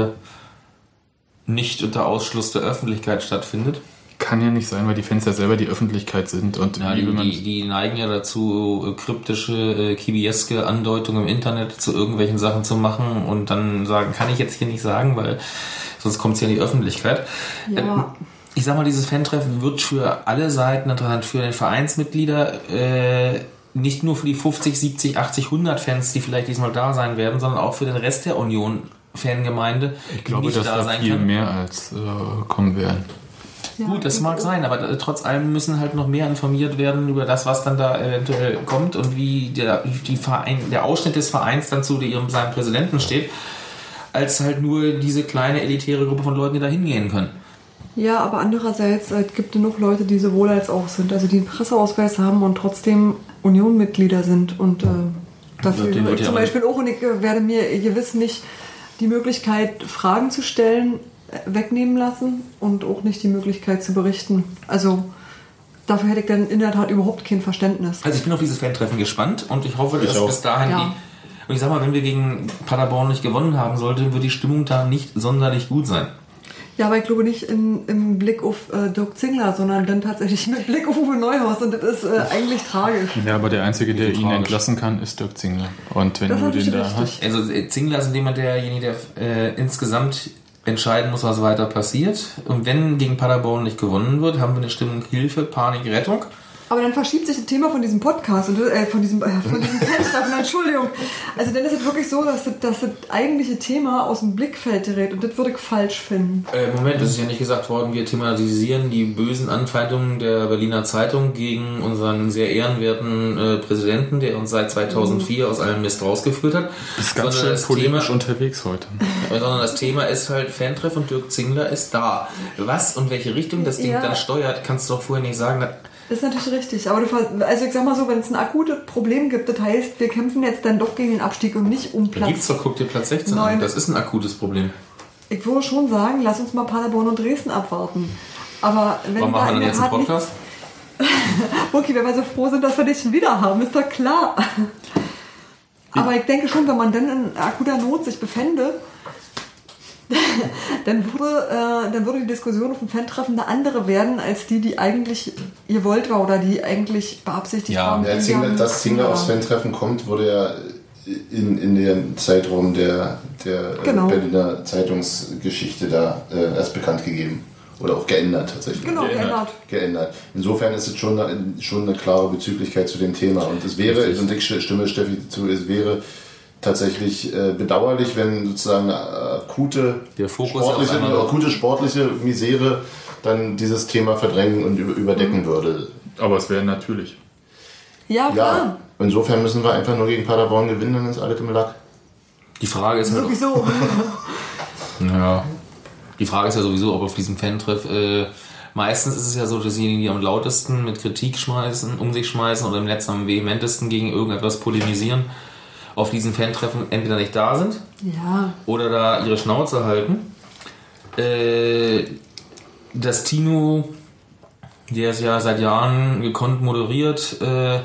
Speaker 6: nicht unter Ausschluss der Öffentlichkeit stattfindet.
Speaker 1: Kann ja nicht sein, weil die Fans ja selber die Öffentlichkeit sind. Und
Speaker 6: ja, die neigen ja dazu, kryptische, kibieske Andeutungen im Internet zu irgendwelchen Sachen zu machen und dann sagen, kann ich jetzt hier nicht sagen, weil sonst kommt es ja in die Öffentlichkeit.
Speaker 2: Ja.
Speaker 6: Ich sag mal, dieses Fan-Treffen wird für alle Seiten interessant, für den Vereinsmitglieder, nicht nur für die 50, 70, 80, 100 Fans, die vielleicht diesmal da sein werden, sondern auch für den Rest der Union-Fangemeinde.
Speaker 1: Ich glaube,
Speaker 6: nicht
Speaker 1: dass da viel mehr als kommen werden.
Speaker 2: Ja,
Speaker 6: gut, das mag sein, aber trotz allem müssen halt noch mehr informiert werden über das, was dann da eventuell kommt und wie der Ausschnitt des Vereins dann zu seinem Präsidenten steht, als halt nur diese kleine elitäre Gruppe von Leuten, die da hingehen können.
Speaker 2: Ja, aber andererseits gibt es genug Leute, die sowohl als auch sind, also die einen Presseausweis haben und trotzdem Union-Mitglieder sind und dafür zum Beispiel auch, und ich werde mir gewiss nicht die Möglichkeit, Fragen zu stellen, wegnehmen lassen und auch nicht die Möglichkeit zu berichten. Also dafür hätte ich dann in der Tat überhaupt kein Verständnis.
Speaker 6: Also ich bin auf dieses Fan-Treffen gespannt und ich hoffe, dass bis dahin und ich sag mal, wenn wir gegen Paderborn nicht gewonnen haben sollten, wird die Stimmung da nicht sonderlich gut sein.
Speaker 2: Ja, aber ich glaube nicht im Blick auf Dirk Zingler, sondern dann tatsächlich mit Blick auf Uwe Neuhaus und das ist eigentlich tragisch.
Speaker 1: Ja, aber der Einzige, der ihn entlassen kann, ist Dirk Zingler. Und wenn du den da hast...
Speaker 6: Also Zingler ist jemand, derjenige, der insgesamt entscheiden muss, was weiter passiert. Und wenn gegen Paderborn nicht gewonnen wird, haben wir eine Stimmung Hilfe, Panik, Rettung.
Speaker 2: Aber dann verschiebt sich das Thema von diesem Podcast und von diesem Fan-Treffen, Entschuldigung. Also dann ist es wirklich so, dass das eigentliche Thema aus dem Blickfeld gerät und das würde ich falsch finden.
Speaker 6: Moment, das ist ja nicht gesagt worden, wir thematisieren die bösen Anfeindungen der Berliner Zeitung gegen unseren sehr ehrenwerten Präsidenten, der uns seit 2004 aus allem Mist rausgeführt hat.
Speaker 1: Das ist ganz schön polemisch unterwegs heute.
Speaker 6: Sondern das Thema ist halt Fan-Treff und Dirk Zingler ist da. Was und welche Richtung das Ding dann steuert, kannst du doch vorher nicht sagen.
Speaker 2: Das ist natürlich richtig, aber also ich sag mal so, wenn es ein akutes Problem gibt, das heißt, wir kämpfen jetzt dann doch gegen den Abstieg und nicht um Platz.
Speaker 6: Da gibt's doch, guck dir Platz 16 an, das ist ein akutes Problem.
Speaker 2: Ich würde schon sagen, lass uns mal Paderborn und Dresden abwarten. Aber wenn
Speaker 6: warum machen wir dann jetzt einen Podcast?
Speaker 2: Okay, wenn wir so froh sind, dass wir dich wieder haben, ist doch klar. Aber ich denke schon, wenn man dann in akuter Not sich befände, dann würde die Diskussion auf dem Fan-Treffen eine andere werden, als die eigentlich gewollt war oder die eigentlich beabsichtigt waren.
Speaker 4: Ja, dass Zingler aufs Fan-Treffen kommt, wurde ja in dem Zeitraum der Berliner Zeitungsgeschichte da erst bekannt gegeben. Oder auch geändert tatsächlich.
Speaker 2: Genau, geändert.
Speaker 4: Insofern ist es schon eine klare Bezüglichkeit zu dem Thema. Und es wäre, und ich stimme Steffi zu, es wäre tatsächlich bedauerlich, wenn sozusagen eine akute sportliche Misere dann dieses Thema verdrängen und überdecken würde.
Speaker 1: Aber es wäre natürlich.
Speaker 2: Ja, klar. Ja,
Speaker 4: insofern müssen wir einfach nur gegen Paderborn gewinnen, dann ist alles im Lack.
Speaker 6: Die Frage ist halt
Speaker 2: sowieso.
Speaker 6: Die Frage ist ja sowieso, ob auf diesem Fan-Treff meistens ist es ja so, dass diejenigen, die am lautesten mit Kritik um sich schmeißen oder im Netz am vehementesten gegen irgendetwas polemisieren, auf diesen Fan-Treffen entweder nicht da sind oder da ihre Schnauze halten. Dass Tino, der es ja seit Jahren gekonnt moderiert,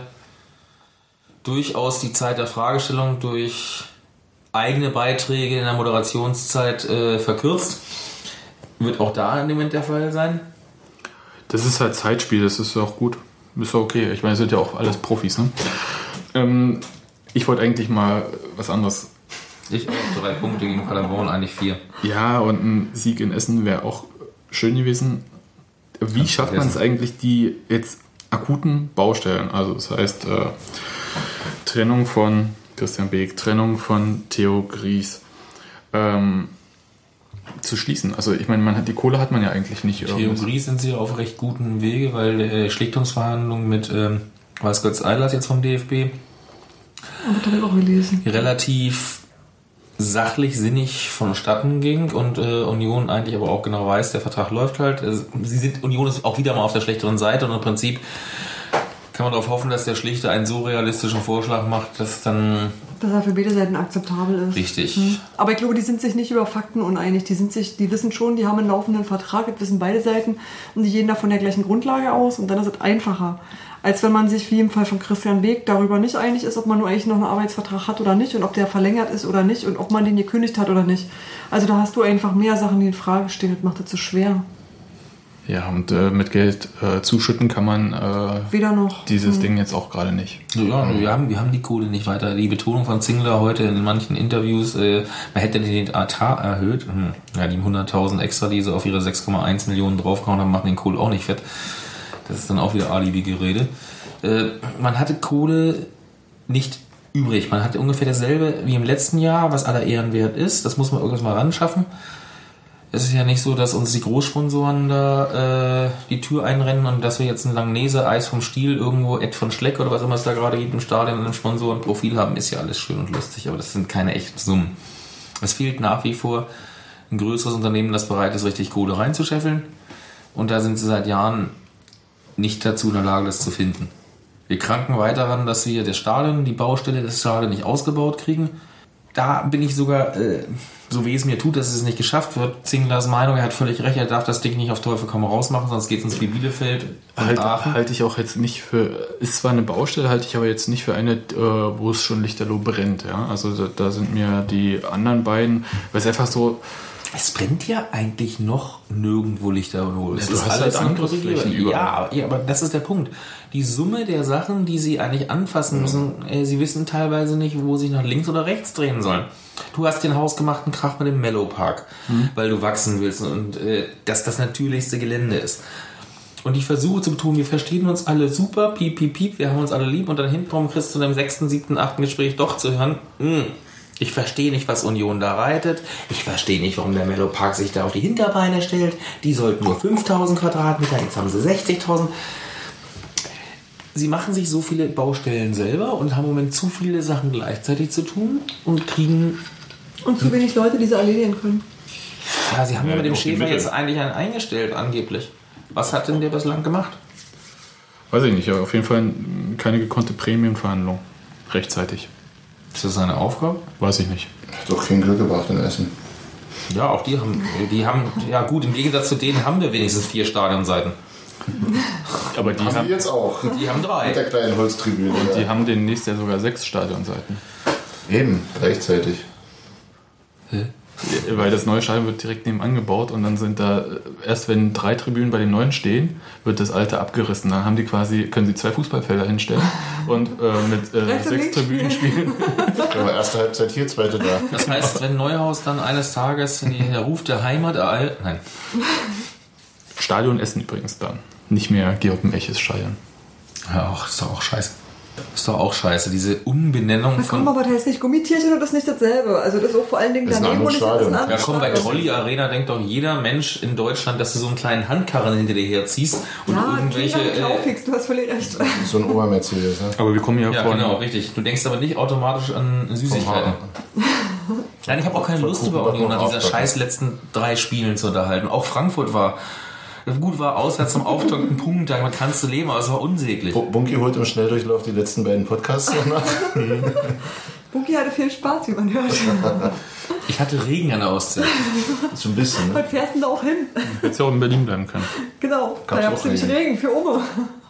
Speaker 6: durchaus die Zeit der Fragestellung durch eigene Beiträge in der Moderationszeit verkürzt, wird auch da im Moment der Fall sein.
Speaker 1: Das ist halt Zeitspiel, das ist auch gut. Ist okay. Ich meine, es sind ja auch alles Profis, ne? Ich wollte eigentlich mal was anderes.
Speaker 6: Ich auch 3 Punkte gegen Paderborn, eigentlich 4.
Speaker 1: Ja, und ein Sieg in Essen wäre auch schön gewesen. Wie schafft man es eigentlich, die jetzt akuten Baustellen, also das heißt Trennung von Christian Beek, Trennung von Theo Gries, zu schließen. Also ich meine, die Kohle hat man ja eigentlich nicht.
Speaker 6: Theorie sind sie auf recht guten Wege, weil Schlichtungsverhandlungen mit Weiß-Götz Eilers jetzt vom DFB
Speaker 2: Aber das habe ich auch gelesen.
Speaker 6: relativ sachlich, sinnig vonstatten ging und Union eigentlich aber auch genau weiß, der Vertrag läuft halt. Union ist auch wieder mal auf der schlechteren Seite und im Prinzip kann man darauf hoffen, dass der Schlichter einen so realistischen Vorschlag macht, dass dann
Speaker 2: Dass er für beide Seiten akzeptabel ist.
Speaker 6: richtig.
Speaker 2: Aber ich glaube, die sind sich nicht über Fakten uneinig. Die wissen schon, die haben einen laufenden Vertrag, das wissen beide Seiten und die gehen da von der gleichen Grundlage aus und dann ist es einfacher. Als wenn man sich, wie im Fall von Christian Beek, darüber nicht einig ist, ob man nur eigentlich noch einen Arbeitsvertrag hat oder nicht und ob der verlängert ist oder nicht und ob man den gekündigt hat oder nicht. Also da hast du einfach mehr Sachen, die in Frage stehen. Das macht es so schwer.
Speaker 1: Ja, und mit Geld zuschütten kann man
Speaker 2: Weder noch.
Speaker 1: dieses Ding jetzt auch gerade nicht.
Speaker 6: Ja, wir haben die Kohle nicht weiter. Die Betonung von Zingler heute in manchen Interviews, man hätte den Etat erhöht. Ja, die 100.000 extra, die sie auf ihre 6,1 Millionen draufgehauen haben, machen den Kohl auch nicht fett. Das ist dann auch wieder Alibi-Gerede. Man hatte Kohle nicht übrig. Man hatte ungefähr dasselbe wie im letzten Jahr, was aller Ehren wert ist. Das muss man irgendwas mal ran schaffen. Es ist ja nicht so, dass uns die Großsponsoren da die Tür einrennen und dass wir jetzt ein Langnese, Eis vom Stiel, irgendwo Ed von Schleck oder was immer es da gerade gibt im Stadion und ein Sponsorenprofil haben, ist ja alles schön und lustig, aber das sind keine echten Summen. Es fehlt nach wie vor ein größeres Unternehmen, das bereit ist, richtig Kohle reinzuscheffeln und da sind sie seit Jahren nicht dazu in der Lage, das zu finden. Wir kranken weiter daran, dass wir die Baustelle des Stadions nicht ausgebaut kriegen. Da bin ich sogar, so wie es mir tut, dass es nicht geschafft wird. Zinglers Meinung, er hat völlig recht, er darf das Ding nicht auf Teufel komm raus machen, sonst geht es ins wie Bielefeld und Aachen.
Speaker 1: Halte ich auch jetzt nicht für, ist zwar eine Baustelle, halte ich aber jetzt nicht für eine, wo es schon lichterloh brennt. Ja? Also da sind mir die anderen beiden, weil es einfach so...
Speaker 6: Es brennt ja eigentlich noch nirgendwo lichterloh.
Speaker 1: Ja, du hast halt Angriffsflächen überall.
Speaker 6: Ja, aber das ist der Punkt. Die Summe der Sachen, die sie eigentlich anfassen müssen, sie wissen teilweise nicht, wo sie nach links oder rechts drehen sollen. Du hast den hausgemachten Krach mit dem Mellow-Park, weil du wachsen willst und das natürlichste Gelände ist. Und ich versuche zu betonen, wir verstehen uns alle super, piep, piep, piep, wir haben uns alle lieb und dann hintenrum kriegst du in dem 6., 7., 8. Gespräch doch zu hören, ich verstehe nicht, was Union da reitet. Ich verstehe nicht, warum der Mellow Park sich da auf die Hinterbeine stellt. Die sollten nur 5.000 Quadratmeter, jetzt haben sie 60.000. Sie machen sich so viele Baustellen selber und haben im Moment zu viele Sachen gleichzeitig zu tun und kriegen...
Speaker 2: Und zu wenig Leute, die sie erledigen können.
Speaker 6: Ja, sie haben ja mit dem Schäfer jetzt eigentlich einen eingestellt, angeblich. Was hat denn der bislang gemacht?
Speaker 1: Weiß ich nicht, aber auf jeden Fall keine gekonnte Prämienverhandlung. Rechtzeitig.
Speaker 6: Ist das seine Aufgabe?
Speaker 1: Weiß ich nicht.
Speaker 4: Hat doch kein Glück gebracht in Essen.
Speaker 6: Ja, auch die haben, ja gut, im Gegensatz zu denen haben wir wenigstens 4 Stadionseiten.
Speaker 1: Aber die
Speaker 4: Haben
Speaker 1: haben
Speaker 4: wir jetzt auch.
Speaker 6: Die haben 3.
Speaker 4: Mit der kleinen Holztribüne.
Speaker 1: Und die haben demnächst ja sogar 6 Stadionseiten.
Speaker 4: Eben, gleichzeitig.
Speaker 1: Weil das neue Stadion wird direkt nebenan gebaut und dann sind da, erst wenn 3 Tribünen bei dem neuen stehen, wird das alte abgerissen. Dann haben die können sie 2 Fußballfelder hinstellen und mit 6 Tribünen spielen.
Speaker 4: Aber erste Halbzeit hier, zweite da.
Speaker 6: Das heißt, wenn Neuhaus dann eines Tages der Ruf der Heimat ereilt... Nein.
Speaker 1: Stadion Essen übrigens dann. Nicht mehr Georg Meches Stadion.
Speaker 6: Ja, ist doch auch scheiße. Ist doch auch scheiße, diese Umbenennung
Speaker 2: Na komm, aber das heißt nicht Gummitierchen und das ist nicht dasselbe. Also das ist auch vor allen Dingen
Speaker 4: Das ist ein
Speaker 2: daneben
Speaker 4: anderes Stadion.
Speaker 6: Ja komm, bei Trolley Arena denkt doch jeder Mensch in Deutschland, dass du so einen kleinen Handkarren hinter dir herziehst und
Speaker 2: Ja,
Speaker 6: irgendwelche...
Speaker 2: Klaufix, du hast völlig recht.
Speaker 4: So ein Obermercedes, ne?
Speaker 1: Aber wir kommen ja,
Speaker 6: Ja,
Speaker 1: von...
Speaker 6: genau, richtig. Du denkst aber nicht automatisch an Süßigkeiten. Nein, ich habe auch keine Lust über Union nach dieser scheiß letzten 3 Spielen zu unterhalten. Auch Frankfurt war auswärts zum Auftakt ein Punkt, damit kannst du leben, aber es war unsäglich.
Speaker 4: Bunky holt im Schnelldurchlauf die letzten beiden Podcasts nach.
Speaker 2: Bunky hatte viel Spaß, wie man hört.
Speaker 6: Ich hatte Regen an der Ostsee.
Speaker 4: So ein bisschen, ne?
Speaker 2: Heute fährst du da auch hin.
Speaker 1: Hättest ja auch in Berlin bleiben können.
Speaker 2: Genau, da
Speaker 4: Gab's
Speaker 2: gab es
Speaker 4: auch
Speaker 2: nämlich
Speaker 4: Regen.
Speaker 2: Regen für Oma.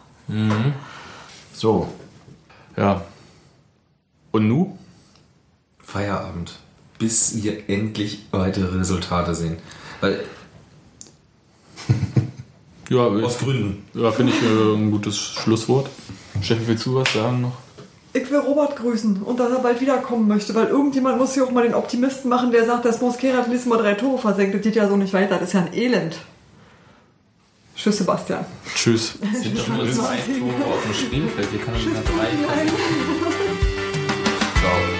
Speaker 4: So,
Speaker 1: Ja. Und nu?
Speaker 6: Feierabend. Bis wir endlich weitere Resultate sehen. Weil,
Speaker 1: Ja,
Speaker 6: aus Gründen.
Speaker 1: ja finde ich ein gutes Schlusswort. Steffi, willst du was sagen noch?
Speaker 2: Ich will Robert grüßen und dass er bald wiederkommen möchte, weil irgendjemand muss hier auch mal den Optimisten machen, der sagt, dass Mosquera hat nächstes Mal 3 Tore versenkt. Das geht ja so nicht weiter. Das ist ja ein Elend. Tschüss, Sebastian.
Speaker 1: Tschüss.
Speaker 6: Es sind doch nur 2 Tore auf dem Spielfeld. Wir können wieder 3.
Speaker 2: Nein.
Speaker 6: Ciao.